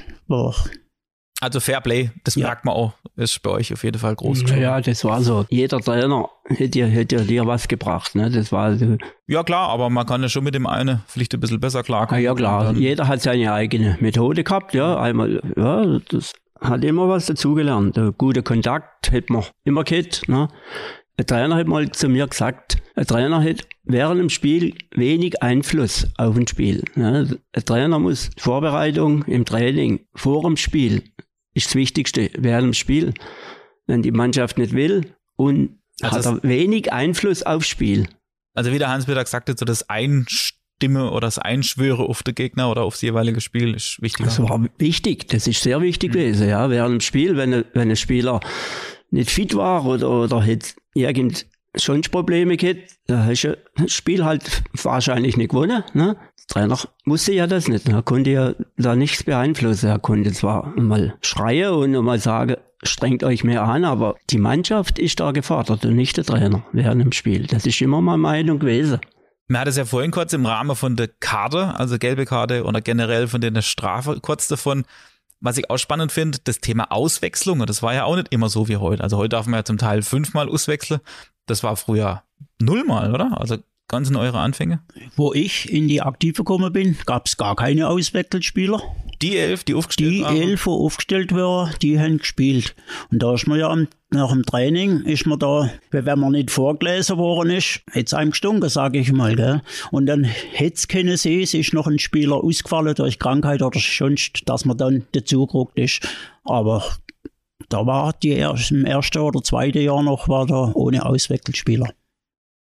Also Fairplay, das merkt man auch, ist bei euch auf jeden Fall groß. Ja, das war so. Jeder Trainer hätte dir was gebracht, ne? Das war so. Ja klar, aber man kann ja schon mit dem einen vielleicht ein bisschen besser klarkommen. Ja klar, jeder hat seine eigene Methode gehabt, ja. Einmal, ja, das hat immer was dazugelernt. Der gute Kontakt hätte man immer gehabt, ne? Ein Trainer hat mal zu mir gesagt, ein Trainer hat während dem Spiel wenig Einfluss auf ein Spiel. Ne? Ein Trainer muss Vorbereitung im Training vor dem Spiel ist das Wichtigste während dem Spiel. Wenn die Mannschaft nicht will und hat er wenig Einfluss aufs Spiel. Also wie der Hans-Peter gesagt hat, so das Einstimme oder das Einschwören auf den Gegner oder aufs jeweilige Spiel ist wichtiger. Das war wichtig, das ist sehr wichtig gewesen, ja, während dem Spiel, wenn ein Spieler nicht fit war oder hätte irgend sonst Probleme gehabt, da hast du das Spiel halt wahrscheinlich nicht gewonnen. Ne? Der Trainer wusste ja das nicht. Er konnte ja da nichts beeinflussen. Er konnte zwar mal schreien und mal sagen, strengt euch mehr an, aber die Mannschaft ist da gefordert und nicht der Trainer während dem Spiel. Das ist immer meine Meinung gewesen. Wir hatten es ja vorhin kurz im Rahmen von der Karte, also gelbe Karte oder generell von der Strafe kurz davon. Was ich auch spannend finde, das Thema Auswechslung, und das war ja auch nicht immer so wie heute. Also heute darf man ja zum Teil 5-mal auswechseln. Das war früher 0-mal, oder? Also ganz in eure Anfänge. Wo ich in die Aktive gekommen bin, gab es gar keine Auswechselspieler. Die 11, die aufgestellt waren? Die 11, die aufgestellt waren, die haben gespielt. Und da ist man ja nach dem Training, ist man da, wenn man nicht vorgelesen worden ist, hat es einem gestunken, sage ich mal. Gell? Und dann hätte es können sehen, es ist noch ein Spieler ausgefallen durch Krankheit oder sonst, dass man dann dazugerückt ist. Aber da war im ersten oder zweiten Jahr noch, war da ohne Auswechselspieler.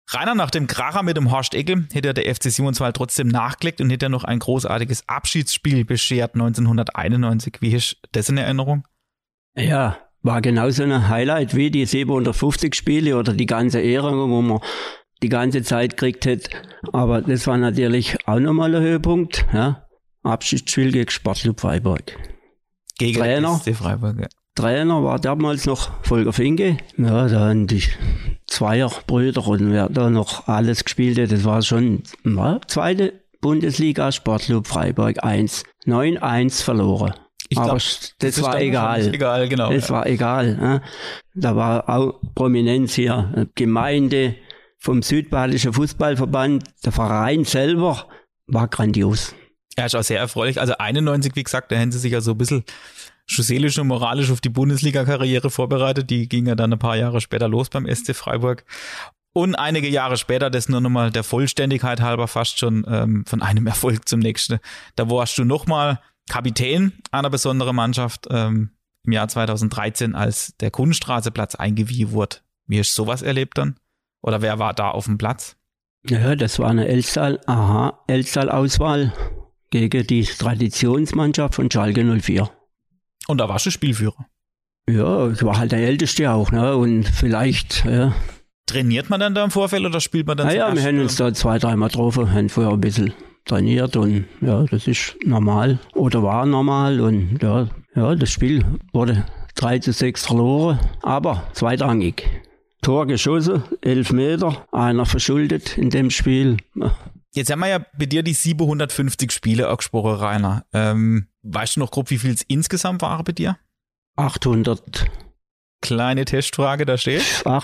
Rainer, nach dem Kracher mit dem Horst Eckel hätte der FC Simonswald trotzdem nachgelegt und hätte noch ein großartiges Abschiedsspiel beschert 1991. Wie ist das in Erinnerung? Ja, war genauso ein Highlight wie die 750 Spiele oder die ganze Ehrung, wo man die ganze Zeit gekriegt hätte. Aber das war natürlich auch nochmal ein Höhepunkt. Ja. Abschiedsspiel gegen Sportclub Freiburg. Gegen Trainer, SC Freiburg, ja. Trainer war damals noch Volker Finke. Ja, da haben die Zweierbrüder und wer da noch alles gespielt hat, das war schon zweite Bundesliga Sportclub Freiburg 1. 9-1 verloren. Aber das war egal. Genau. Das war egal. Ja. Da war auch Prominenz hier. Gemeinde vom Südbadischen Fußballverband. Der Verein selber war grandios. Ja, ist auch sehr erfreulich. Also 91, wie gesagt, da haben sie sich ja so ein bisschen schon seelisch und moralisch auf die Bundesliga-Karriere vorbereitet. Die ging ja dann ein paar Jahre später los beim SC Freiburg. Und einige Jahre später, das nur nochmal der Vollständigkeit halber fast schon von einem Erfolg zum nächsten. Da warst du nochmal Kapitän einer besonderen Mannschaft im Jahr 2013, als der Kunststraßeplatz eingewiesen wurde. Wie hast du sowas erlebt dann? Oder wer war da auf dem Platz? Ja, das war eine Elstall-Auswahl gegen die Traditionsmannschaft von Schalke 04. Und da warst du Spielführer? Ja, ich war halt der Älteste auch, ne? Und vielleicht, ja. Trainiert man dann da im Vorfeld oder spielt man dann Ja, wir haben uns da 2-3 Mal getroffen, haben vorher ein bisschen trainiert und ja, das ist normal oder war normal und ja, das Spiel wurde 3-6 verloren, aber zweitrangig. Tor geschossen, 11 Meter, einer verschuldet in dem Spiel. Jetzt haben wir ja bei dir die 750 Spiele angesprochen, Rainer. Weißt du noch grob, wie viel es insgesamt waren bei dir? 800. Kleine Testfrage, da steht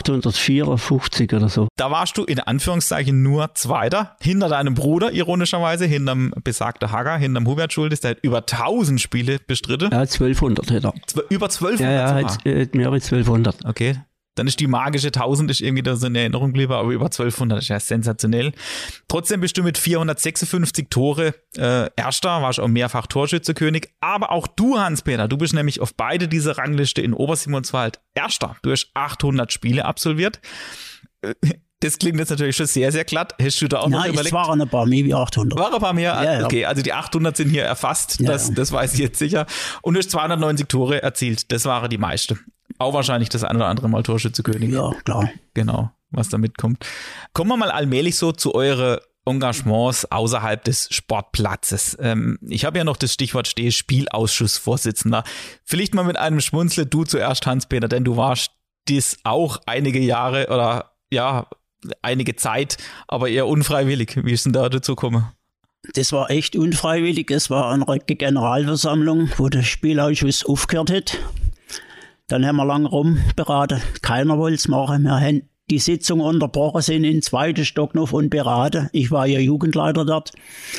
854 oder so. Da warst du in Anführungszeichen nur Zweiter, hinter deinem Bruder, ironischerweise, hinterm besagten Hager, hinterm Hubert Schultes, der hat über 1000 Spiele bestritten. Ja, 1200 hätte er. Über 1200? Ja, hat mehrere 1200. Okay. Dann ist die magische 1000 ist irgendwie da so in Erinnerung geblieben, aber über 1200 ist ja sensationell. Trotzdem bist du mit 456 Tore Erster, warst auch mehrfach Torschützekönig. Aber auch du, Hans-Peter, du bist nämlich auf beide diese Rangliste in Obersimonswald Erster. Du hast 800 Spiele absolviert. Das klingt jetzt natürlich schon sehr, sehr glatt. Hast du da auch noch überlegt? Es waren ein paar mehr wie 800. War ein paar mehr? Ja, okay, also die 800 sind hier erfasst, das weiß ich jetzt sicher. Und du hast 290 Tore erzielt, das waren die meisten. Auch wahrscheinlich das ein oder andere Mal Torschützekönig. Ja, klar. Genau, was da mitkommt. Kommen wir mal allmählich so zu euren Engagements außerhalb des Sportplatzes. Ich habe ja noch das Stichwort stehen, Spielausschussvorsitzender. Vielleicht mal mit einem Schmunzle, du zuerst, Hans-Peter, denn du warst das auch einige Jahre oder ja, einige Zeit, aber eher unfreiwillig. Wie ist denn da dazu gekommen? Das war echt unfreiwillig. Es war eine Generalversammlung, wo der Spielausschuss aufgehört hat. Dann haben wir lange rumberaten. Keiner wollte es machen. Wir haben die Sitzung unterbrochen, sind in den zweiten Stock noch und beraten. Ich war ja Jugendleiter dort.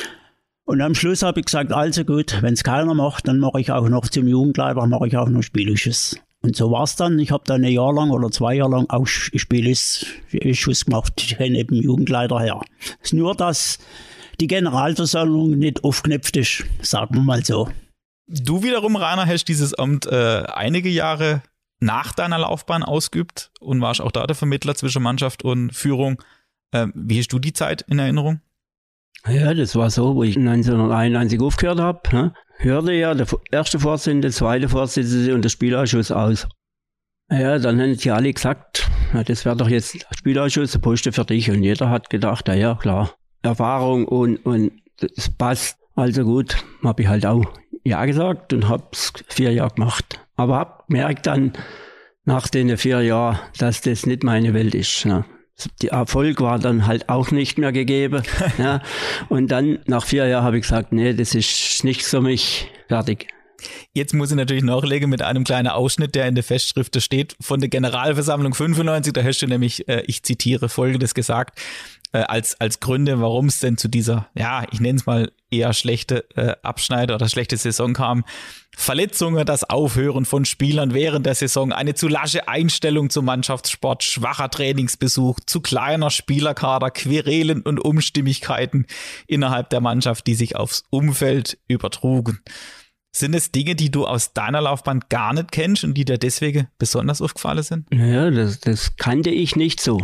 Und am Schluss habe ich gesagt, also gut, wenn es keiner macht, dann mache ich auch noch zum Jugendleiter, mache ich auch noch Spielausschuss. Und so war es dann. Ich habe dann ein Jahr lang oder 2 Jahre lang auch Spielausschuss gemacht. Ich bin eben Jugendleiter her. Es ist nur, dass die Generalversammlung nicht aufgeknöpft ist, sagen wir mal so. Du wiederum, Rainer, hast dieses Amt einige Jahre nach deiner Laufbahn ausgeübt und warst auch da der Vermittler zwischen Mannschaft und Führung. Wie hast du die Zeit in Erinnerung? Ja, das war so, wo ich 1991 aufgehört habe. Ne? Hörte ja der erste Vorsitzende, der zweite Vorsitzende und der Spielausschuss aus. Ja, dann haben die alle gesagt, na, das wäre doch jetzt Spielausschuss, der Posten für dich. Und jeder hat gedacht, na ja, klar, Erfahrung und das passt. Also gut, habe ich halt auch ja gesagt und habe es 4 Jahre gemacht. Aber habe gemerkt dann nach den 4 Jahren, dass das nicht meine Welt ist. Ne? Der Erfolg war dann halt auch nicht mehr gegeben. Ja. Und dann nach 4 Jahren habe ich gesagt, nee, das ist nichts für mich. Fertig. Jetzt muss ich natürlich nachlegen mit einem kleinen Ausschnitt, der in der Festschrift steht, von der Generalversammlung 95. Da hast du nämlich, ich zitiere, Folgendes gesagt, als Gründe, warum es denn zu dieser, ja, ich nenne es mal eher schlechte Abschneide oder schlechte Saison kam. Verletzungen, das Aufhören von Spielern während der Saison, eine zu lasche Einstellung zum Mannschaftssport, schwacher Trainingsbesuch, zu kleiner Spielerkader, Querelen und Unstimmigkeiten innerhalb der Mannschaft, die sich aufs Umfeld übertrugen. Sind es Dinge, die du aus deiner Laufbahn gar nicht kennst und die dir deswegen besonders aufgefallen sind? Ja, das kannte ich nicht so.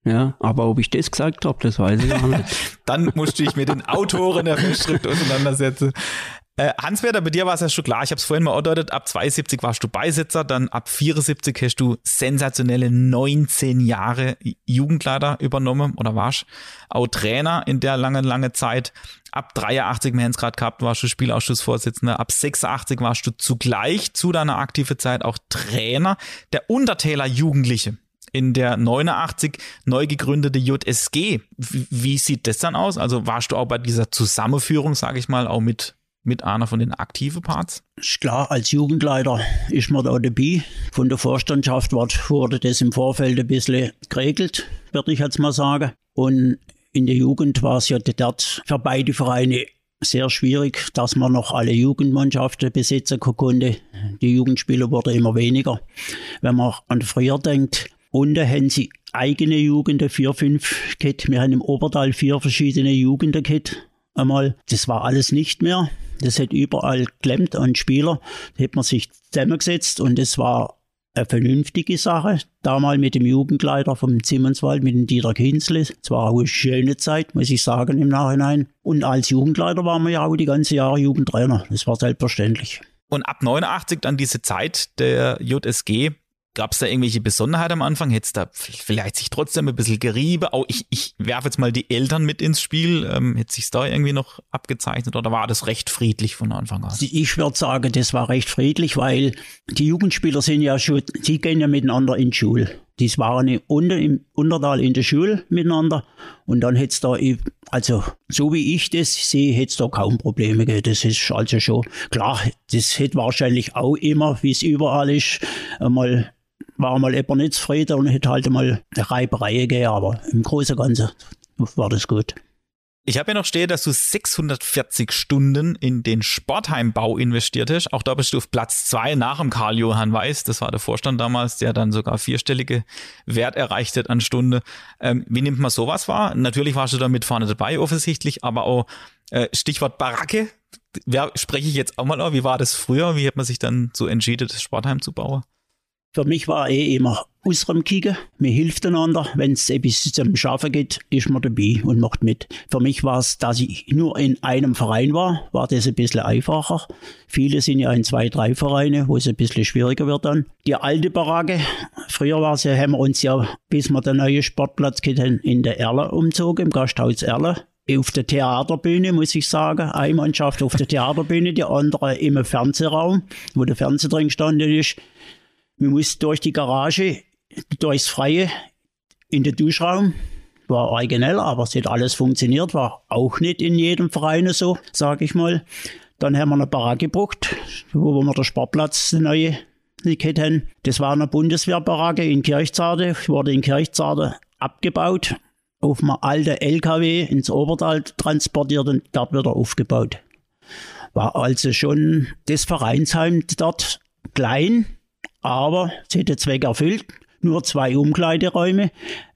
Ja, aber ob ich das gesagt habe, das weiß ich gar nicht. Dann musst du dich mit den Autoren der Festschrift auseinandersetzen. Hans-Peter, bei dir war es ja schon klar, ich habe es vorhin mal angedeutet, ab 72 warst du Beisitzer, dann ab 74 hast du sensationelle 19 Jahre Jugendleiter übernommen oder warst auch Trainer in der lange Zeit. Ab 83, wir haben es gerade gehabt, warst du Spielausschussvorsitzender. Ab 86 warst du zugleich zu deiner aktiven Zeit auch Trainer der Untertäler Jugendliche in der 89 neu gegründete JSG. Wie sieht das dann aus? Also warst du auch bei dieser Zusammenführung, sage ich mal, auch mit einer von den aktiven Parts? Ist klar, als Jugendleiter ist man da dabei. Von der Vorstandschaft wurde das im Vorfeld ein bisschen geregelt, würde ich jetzt mal sagen. Und in der Jugend war es ja dort für beide Vereine sehr schwierig, dass man noch alle Jugendmannschaften besitzen konnte. Die Jugendspieler wurden immer weniger. Wenn man an früher denkt, und da haben sie eigene Jugenden, 4, 5 gehabt. Wir haben im Obertal 4 verschiedene Jugenden gehabt. Einmal, das war alles nicht mehr. Das hat überall geklemmt an Spieler. Da hat man sich zusammengesetzt und das war eine vernünftige Sache. Damals mit dem Jugendleiter vom Zimmenswald, mit dem Dieter Kinzle. Es war auch eine schöne Zeit, muss ich sagen, im Nachhinein. Und als Jugendleiter waren wir ja auch die ganzen Jahre Jugendtrainer. Das war selbstverständlich. Und ab 89 dann diese Zeit der JSG. Gab es da irgendwelche Besonderheiten am Anfang? Hätte es da vielleicht sich trotzdem ein bisschen gerieben? Auch ich werfe jetzt mal die Eltern mit ins Spiel. Hätte sich da irgendwie noch abgezeichnet oder war das recht friedlich von Anfang an? Ich würde sagen, das war recht friedlich, weil die Jugendspieler sind ja schon, die gehen ja miteinander in die Schule. Die waren im Untertal in der Schule miteinander und dann hätte es da, also so wie ich das sehe, hätte es da kaum Probleme gegeben. Das ist also schon klar, das hätte wahrscheinlich auch immer, wie es überall ist, war mal jemand nicht zufrieden und hätte halt mal eine Reiberei gegeben, aber im Großen und Ganzen war das gut. Ich habe ja noch stehen, dass du 640 Stunden in den Sportheimbau investiert hast. Auch da bist du auf Platz 2 nach dem Karl-Johann Weiß. Das war der Vorstand damals, der dann sogar 4-stellige Wert erreicht hat an Stunde. Wie nimmt man sowas wahr? Natürlich warst du da mit vorne dabei offensichtlich, aber auch Stichwort Baracke. Spreche ich jetzt auch mal an. Wie war das früher? Wie hat man sich dann so entschieden, das Sportheim zu bauen? Für mich war immer ausräumen kicken. Man hilft einander. Wenn es etwas zum Schaffen geht, ist man dabei und macht mit. Für mich war es, dass ich nur in einem Verein war das ein bisschen einfacher. Viele sind ja in 2, 3 Vereine, wo es ein bisschen schwieriger wird dann. Die alte Baracke, früher haben wir uns ja, bis wir den neuen Sportplatz hatten, in der Erle umzogen, im Gasthaus Erle. Auf der Theaterbühne, muss ich sagen. Eine Mannschaft auf der Theaterbühne, die andere im Fernsehraum, wo der Fernseher drin gestanden ist. Wir mussten durch die Garage, durchs Freie, in den Duschraum. War originell, aber es hat alles funktioniert. War auch nicht in jedem Verein so, sage ich mal. Dann haben wir eine Baracke gebraucht, wo wir den Sportplatz, den neue, gehabt haben. Das war eine Bundeswehrbaracke in Kirchzarten. Wurde in Kirchzarten abgebaut, auf einem alten LKW ins Obertal transportiert und dort wieder aufgebaut. War also schon das Vereinsheim dort klein, aber es hat den Zweck erfüllt. Nur 2 Umkleideräume,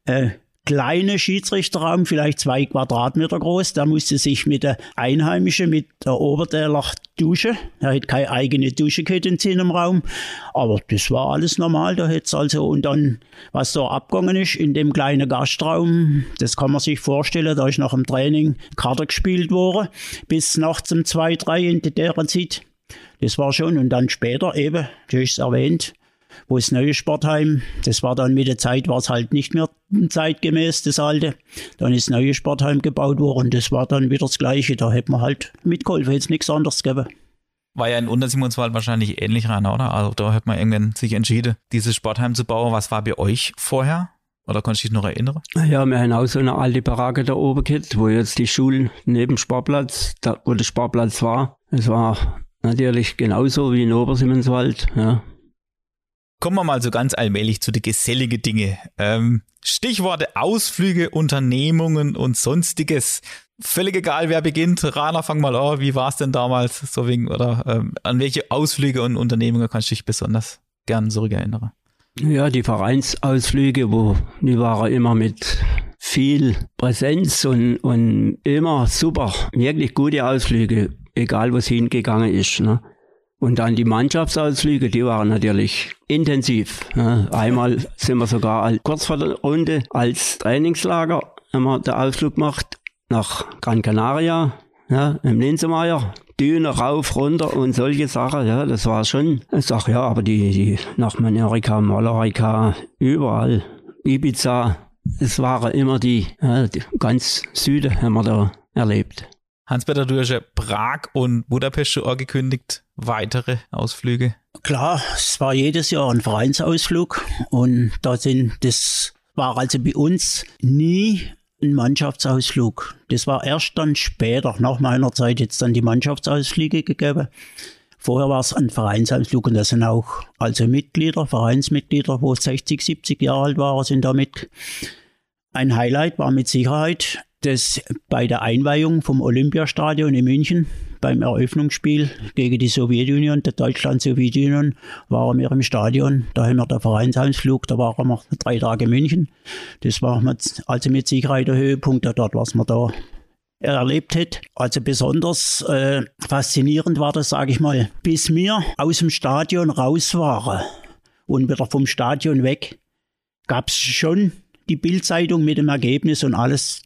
kleiner Schiedsrichterraum, vielleicht 2 Quadratmeter groß. Da musste sich mit der Einheimischen, mit der Obertäler duschen. Er hat keine eigene Dusche gehabt in seinem Raum. Aber das war alles normal. Da hätt's also, und dann, was da abgegangen ist, in dem kleinen Gastraum, das kann man sich vorstellen, da ist nach dem Training Karte gespielt worden, bis nachts um 2, 3 in der Zeit. Das war schon, und dann später eben, du hast es erwähnt, wo das neue Sportheim, das war dann mit der Zeit, war es halt nicht mehr zeitgemäß, das alte. Dann ist das neue Sportheim gebaut worden und das war dann wieder das Gleiche. Da hätte man halt mitgeholfen, hätte es nichts anderes gegeben. War ja in Untersimonswald wahrscheinlich ähnlich, Rainer, oder? Also da hat man irgendwann sich entschieden, dieses Sportheim zu bauen. Was war bei euch vorher? Oder kannst du dich noch erinnern? Ja, wir haben auch so eine alte Baracke da oben gehabt, wo jetzt die Schule neben Sportplatz, da wo der Sportplatz war. Es war natürlich genauso wie in Obersimonswald, ja. Kommen wir mal so ganz allmählich zu den geselligen Dingen. Stichworte Ausflüge, Unternehmungen und Sonstiges. Völlig egal, wer beginnt. Rainer, fang mal an. Wie war es denn damals? So wegen, oder an welche Ausflüge und Unternehmungen kannst du dich besonders gern zurückerinnern? Ja, die Vereinsausflüge, die waren immer mit viel Präsenz und immer super. Wirklich gute Ausflüge, egal wo es hingegangen ist, ne? Und dann die Mannschaftsausflüge, die waren natürlich intensiv. Ja, einmal sind wir sogar kurz vor der Runde als Trainingslager, haben wir den Ausflug gemacht nach Gran Canaria, ja, im Linsemeier. Düne rauf, runter und solche Sachen, ja, das war schon, ich sag, ja, aber die nach Menorca, Mallorca, überall, Ibiza, es waren immer die ganz Süden haben wir da erlebt. Hans-Peter, du hast ja Prag und Budapest schon angekündigt, weitere Ausflüge? Klar, es war jedes Jahr ein Vereinsausflug und das war also bei uns nie ein Mannschaftsausflug. Das war erst dann später, nach meiner Zeit, jetzt dann die Mannschaftsausflüge gegeben. Vorher war es ein Vereinsausflug und das sind auch also Mitglieder, Vereinsmitglieder, wo 60, 70 Jahre alt waren, sind damit. Ein Highlight war mit Sicherheit, dass bei der Einweihung vom Olympiastadion in München beim Eröffnungsspiel gegen die Sowjetunion, der Deutschland-Sowjetunion, waren wir im Stadion. Da haben wir den Vereinsausflug, da waren wir 3 Tage in München. Das war also mit Sicherheit der Höhepunkt dort, was man da erlebt hat. Also besonders faszinierend war das, sage ich mal, bis wir aus dem Stadion raus waren und wieder vom Stadion weg, gab es schon die Bildzeitung mit dem Ergebnis und alles.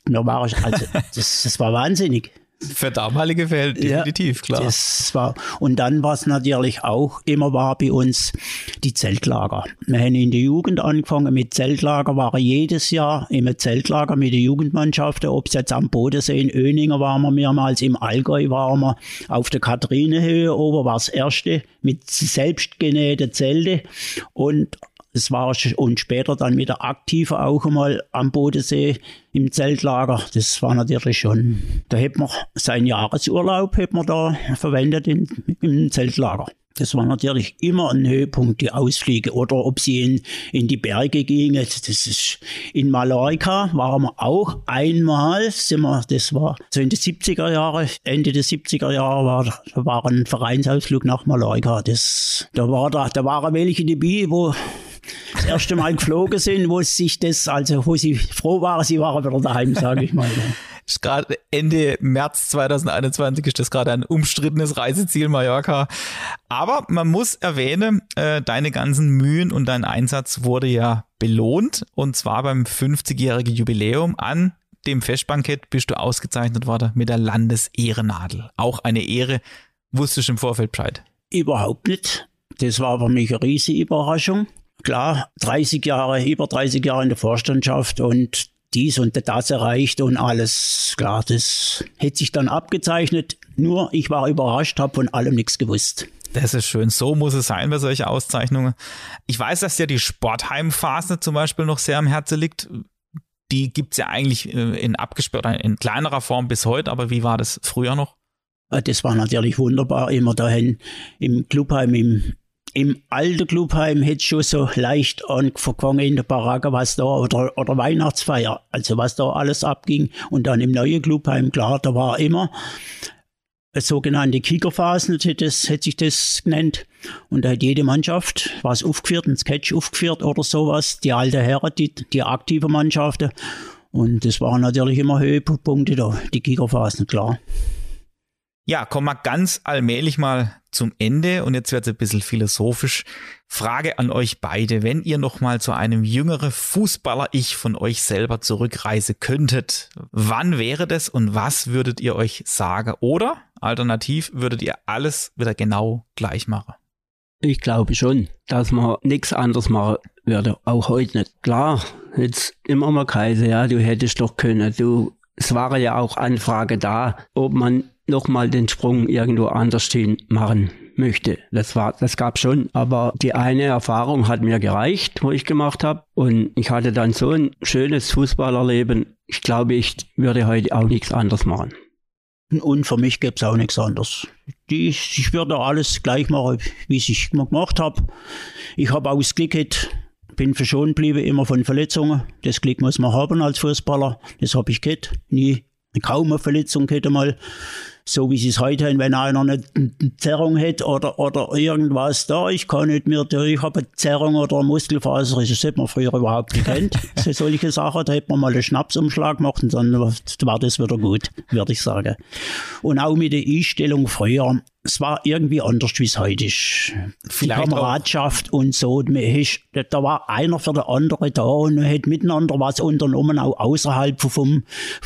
Das war wahnsinnig. Für damalige Verhältnisse definitiv, klar. Das war, und dann war es natürlich auch immer war bei uns die Zeltlager. Wir haben in der Jugend angefangen mit Zeltlager, waren jedes Jahr im Zeltlager mit den Jugendmannschaften, ob es jetzt am Bodensee in Öningen waren wir mehrmals, im Allgäu waren wir auf der Kathrinenhöhe oben, war das erste mit selbstgenähten Zelte und es war und später dann mit der Aktiven auch einmal am Bodensee im Zeltlager. Das war natürlich schon, da hätte man seinen Jahresurlaub da verwendet im Zeltlager. Das war natürlich immer ein Höhepunkt, die Ausflüge. Oder ob sie in die Berge gingen. Das ist in Mallorca waren wir auch einmal, das war so in den 70er Jahren, Ende der 70er Jahre war ein Vereinsausflug nach Mallorca. Da waren welche dabei, wo das erste Mal geflogen sind, wo sie froh waren, sie waren wieder daheim, sage ich mal. Ist gerade Ende März 2021 ist das gerade ein umstrittenes Reiseziel Mallorca. Aber man muss erwähnen, deine ganzen Mühen und dein Einsatz wurde ja belohnt. Und zwar beim 50-jährigen Jubiläum an dem Festbankett bist du ausgezeichnet worden mit der Landesehrennadel. Auch eine Ehre. Wusstest du im Vorfeld Bescheid? Überhaupt nicht. Das war für mich eine riesige Überraschung. Klar, über 30 Jahre in der Vorstandschaft und dies und das erreicht und alles. Klar, das hätte sich dann abgezeichnet. Nur ich war überrascht, habe von allem nichts gewusst. Das ist schön. So muss es sein bei solchen Auszeichnungen. Ich weiß, dass dir die Sportheimphase zum Beispiel noch sehr am Herzen liegt. Die gibt's ja eigentlich in kleinerer Form bis heute. Aber wie war das früher noch? Das war natürlich wunderbar. Immer dahin im Clubheim, im alten Clubheim hätte schon so leicht angefangen in der Baracke, was da, oder Weihnachtsfeier, also was da alles abging. Und dann im neuen Clubheim, klar, da war immer eine sogenannte Kickerphase, hätte sich das genannt. Und da hat jede Mannschaft was aufgeführt, ein Sketch aufgeführt oder sowas, die alte Herren, die aktive Mannschaften. Und das waren natürlich immer Höhepunkte da, die Kickerphasen, klar. Ja, kommen wir ganz allmählich mal zum Ende und jetzt wird es ein bisschen philosophisch. Frage an euch beide, wenn ihr noch mal zu einem jüngeren Fußballer-Ich von euch selber zurückreisen könntet, wann wäre das und was würdet ihr euch sagen? Oder alternativ würdet ihr alles wieder genau gleich machen? Ich glaube schon, dass man nichts anderes machen würde, auch heute nicht. Klar, jetzt immer mal Kaiser, ja, du hättest doch können, es war ja auch Anfrage da, ob man nochmal den Sprung irgendwo anders hin machen möchte. Das gab schon, aber die eine Erfahrung hat mir gereicht, wo ich gemacht habe und ich hatte dann so ein schönes Fußballerleben. Ich glaube, ich würde heute auch nichts anderes machen. Und für mich gäbe es auch nichts anderes. Ich würde alles gleich machen, wie ich gemacht habe. Ich habe auch das Glück gehabt, bin verschont geblieben immer von Verletzungen. Das Glück muss man haben als Fußballer. Das habe ich gehabt. Nie kaum eine Verletzung hätte mal, so wie sie es heute haben, wenn einer eine Zerrung hat oder irgendwas da, ich kann nicht mehr, ich habe eine Zerrung oder eine Muskelfaser, das hätte man früher überhaupt gekannt. So solche Sachen, da hätte man mal einen Schnapsumschlag gemacht und dann war das wieder gut, würde ich sagen. Und auch mit der Einstellung früher, es war irgendwie anders, wie es heute ist. Vielleicht die Kameradschaft und so, da war einer für den anderen da und man hat miteinander was unternommen, auch außerhalb vom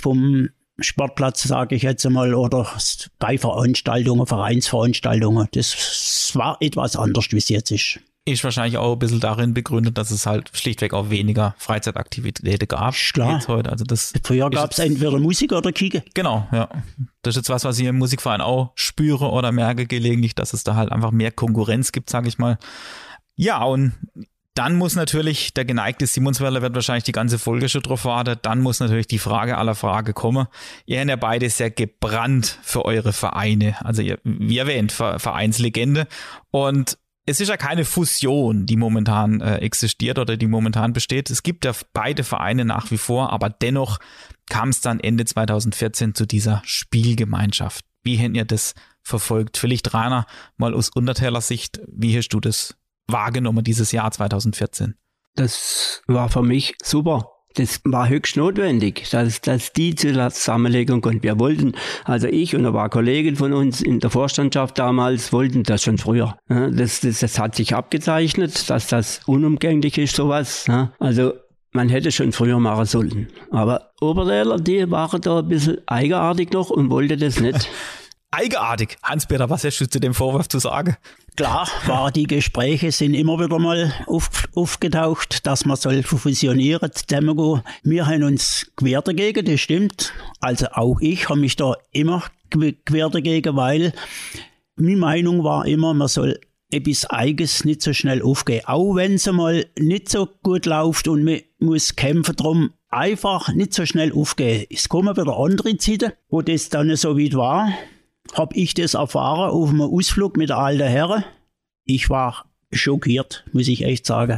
Sportplatz, sage ich jetzt einmal, oder bei Veranstaltungen, Vereinsveranstaltungen. Das war etwas anders, wie es jetzt ist. Ist wahrscheinlich auch ein bisschen darin begründet, dass es halt schlichtweg auch weniger Freizeitaktivitäten gab. Klar. Jetzt heute. Also früher gab es entweder Musik oder Kicken. Genau, ja. Das ist jetzt was ich im Musikverein auch spüre oder merke gelegentlich, dass es da halt einfach mehr Konkurrenz gibt, sage ich mal. Ja, und dann muss natürlich, der geneigte Simonsweiler wird wahrscheinlich die ganze Folge schon drauf warten, dann muss natürlich die Frage aller Frage kommen. Ihr habt ja beide sehr gebrannt für eure Vereine. Also wie erwähnt, Vereinslegende. Und es ist ja keine Fusion, die momentan existiert oder die momentan besteht. Es gibt ja beide Vereine nach wie vor, aber dennoch kam es dann Ende 2014 zu dieser Spielgemeinschaft. Wie habt ihr das verfolgt? Vielleicht Rainer, mal aus Untertäler Sicht, wie hast du das wahrgenommen dieses Jahr 2014? Das war für mich super. Das war höchst notwendig, dass die Zusammenlegung kommt. Wir wollten, also ich und ein paar Kollegen von uns in der Vorstandschaft damals, wollten das schon früher. Das hat sich abgezeichnet, dass das unumgänglich ist, sowas. Also man hätte schon früher machen sollen. Aber Obertäler, die waren da ein bisschen eigenartig noch und wollten das nicht. Eigenartig. Hans-Peter, was hast du zu dem Vorwurf zu sagen? Klar, die Gespräche sind immer wieder mal aufgetaucht, dass man soll fusionieren, zusammengehen. Wir haben uns quer dagegen, das stimmt. Also auch ich habe mich da immer quer dagegen, weil meine Meinung war immer, man soll etwas Eigenes nicht so schnell aufgeben. Auch wenn es mal nicht so gut läuft und man muss kämpfen drum, einfach nicht so schnell aufgeben. Es kommen wieder andere Zeiten, wo das dann so weit war. Habe ich das erfahren auf einem Ausflug mit der alten Herren. Ich war schockiert, muss ich echt sagen.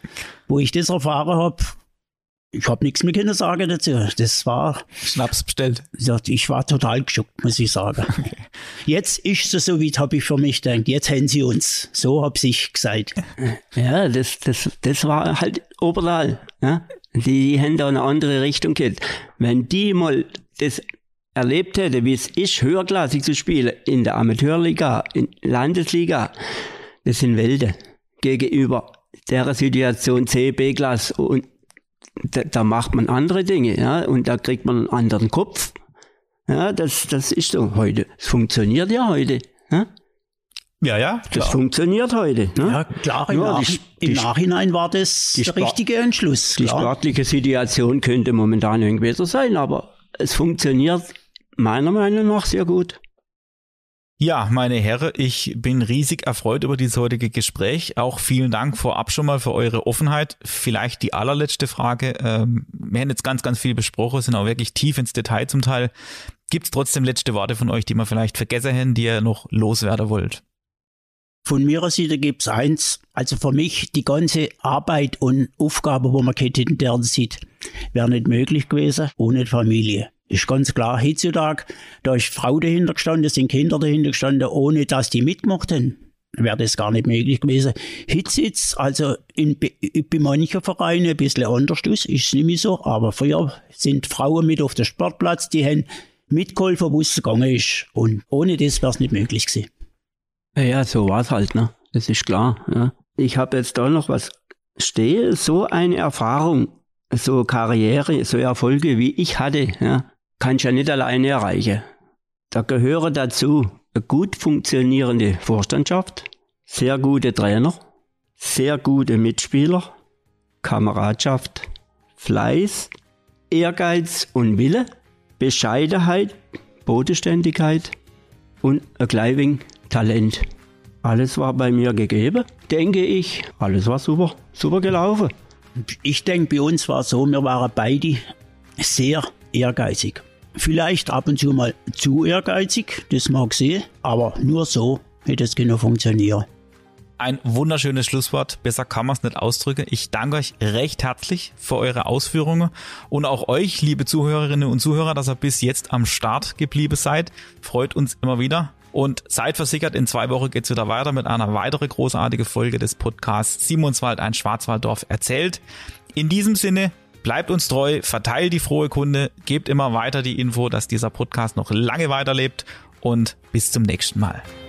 Wo ich das erfahren habe, ich habe nichts mehr können sagen dazu. Das war... Schnaps bestellt. Ich war total geschockt, muss ich sagen. Okay. Jetzt ist es so weit, habe ich für mich gedacht. Jetzt haben sie uns. So habe ich gesagt. Ja, das war halt Obertal. Ja? Die haben da eine andere Richtung gehabt. Wenn die mal das erlebt hätte, wie es ist, höherklassig zu spielen, in der Amateurliga, in Landesliga, das sind Welten gegenüber der Situation C, B-Klasse, und da macht man andere Dinge, ja, und da kriegt man einen anderen Kopf. Ja, das ist so heute. Es funktioniert ja heute. Ja? Ja, klar. Das funktioniert heute. Ne? Ja, klar, im Nachhinein war das der richtige Entschluss. Die sportliche Situation könnte momentan irgendwie besser sein, aber es funktioniert meiner Meinung nach sehr gut. Ja, meine Herren, ich bin riesig erfreut über dieses heutige Gespräch. Auch vielen Dank vorab schon mal für eure Offenheit. Vielleicht die allerletzte Frage. Wir haben jetzt ganz, ganz viel besprochen, sind auch wirklich tief ins Detail zum Teil. Gibt es trotzdem letzte Worte von euch, die wir vielleicht vergessen haben, die ihr noch loswerden wollt? Von meiner Seite gibt es eins, also für mich die ganze Arbeit und Aufgabe, wo man in der Zeit, wäre nicht möglich gewesen ohne Familie. Ist ganz klar, heutzutage, da ist Frau dahinter gestanden, da sind Kinder dahinter gestanden, ohne dass die mitgemacht haben, wäre das gar nicht möglich gewesen. Heute jetzt, also bei manchen Vereinen ein bisschen anders aus, ist es nicht mehr so, aber früher sind Frauen mit auf dem Sportplatz, die haben mitgeholfen, wo es gegangen ist, und ohne das wäre es nicht möglich gewesen. Ja, so war es halt, ne? Das ist klar. Ja. Ich habe jetzt da noch was stehen, so eine Erfahrung, so Karriere, so Erfolge, wie ich hatte, ja, kann ich ja nicht alleine erreichen. Da gehören dazu eine gut funktionierende Vorstandschaft, sehr gute Trainer, sehr gute Mitspieler, Kameradschaft, Fleiß, Ehrgeiz und Wille, Bescheidenheit, Bodenständigkeit und ein klein wenig Talent. Alles war bei mir gegeben, denke ich. Alles war super gelaufen. Ich denke, bei uns war es so, wir waren beide sehr ehrgeizig. Vielleicht ab und zu mal zu ehrgeizig, das mag sein, aber nur so hätte es genau funktionieren. ein wunderschönes Schlusswort. Besser kann man es nicht ausdrücken. Ich danke euch recht herzlich für eure Ausführungen und auch euch, liebe Zuhörerinnen und Zuhörer, dass ihr bis jetzt am Start geblieben seid. Freut uns immer wieder. Und seid versichert, in 2 Wochen geht's wieder weiter mit einer weiteren großartigen Folge des Podcasts Simonswald, ein Schwarzwalddorf erzählt. In diesem Sinne, bleibt uns treu, verteilt die frohe Kunde, gebt immer weiter die Info, dass dieser Podcast noch lange weiterlebt und bis zum nächsten Mal.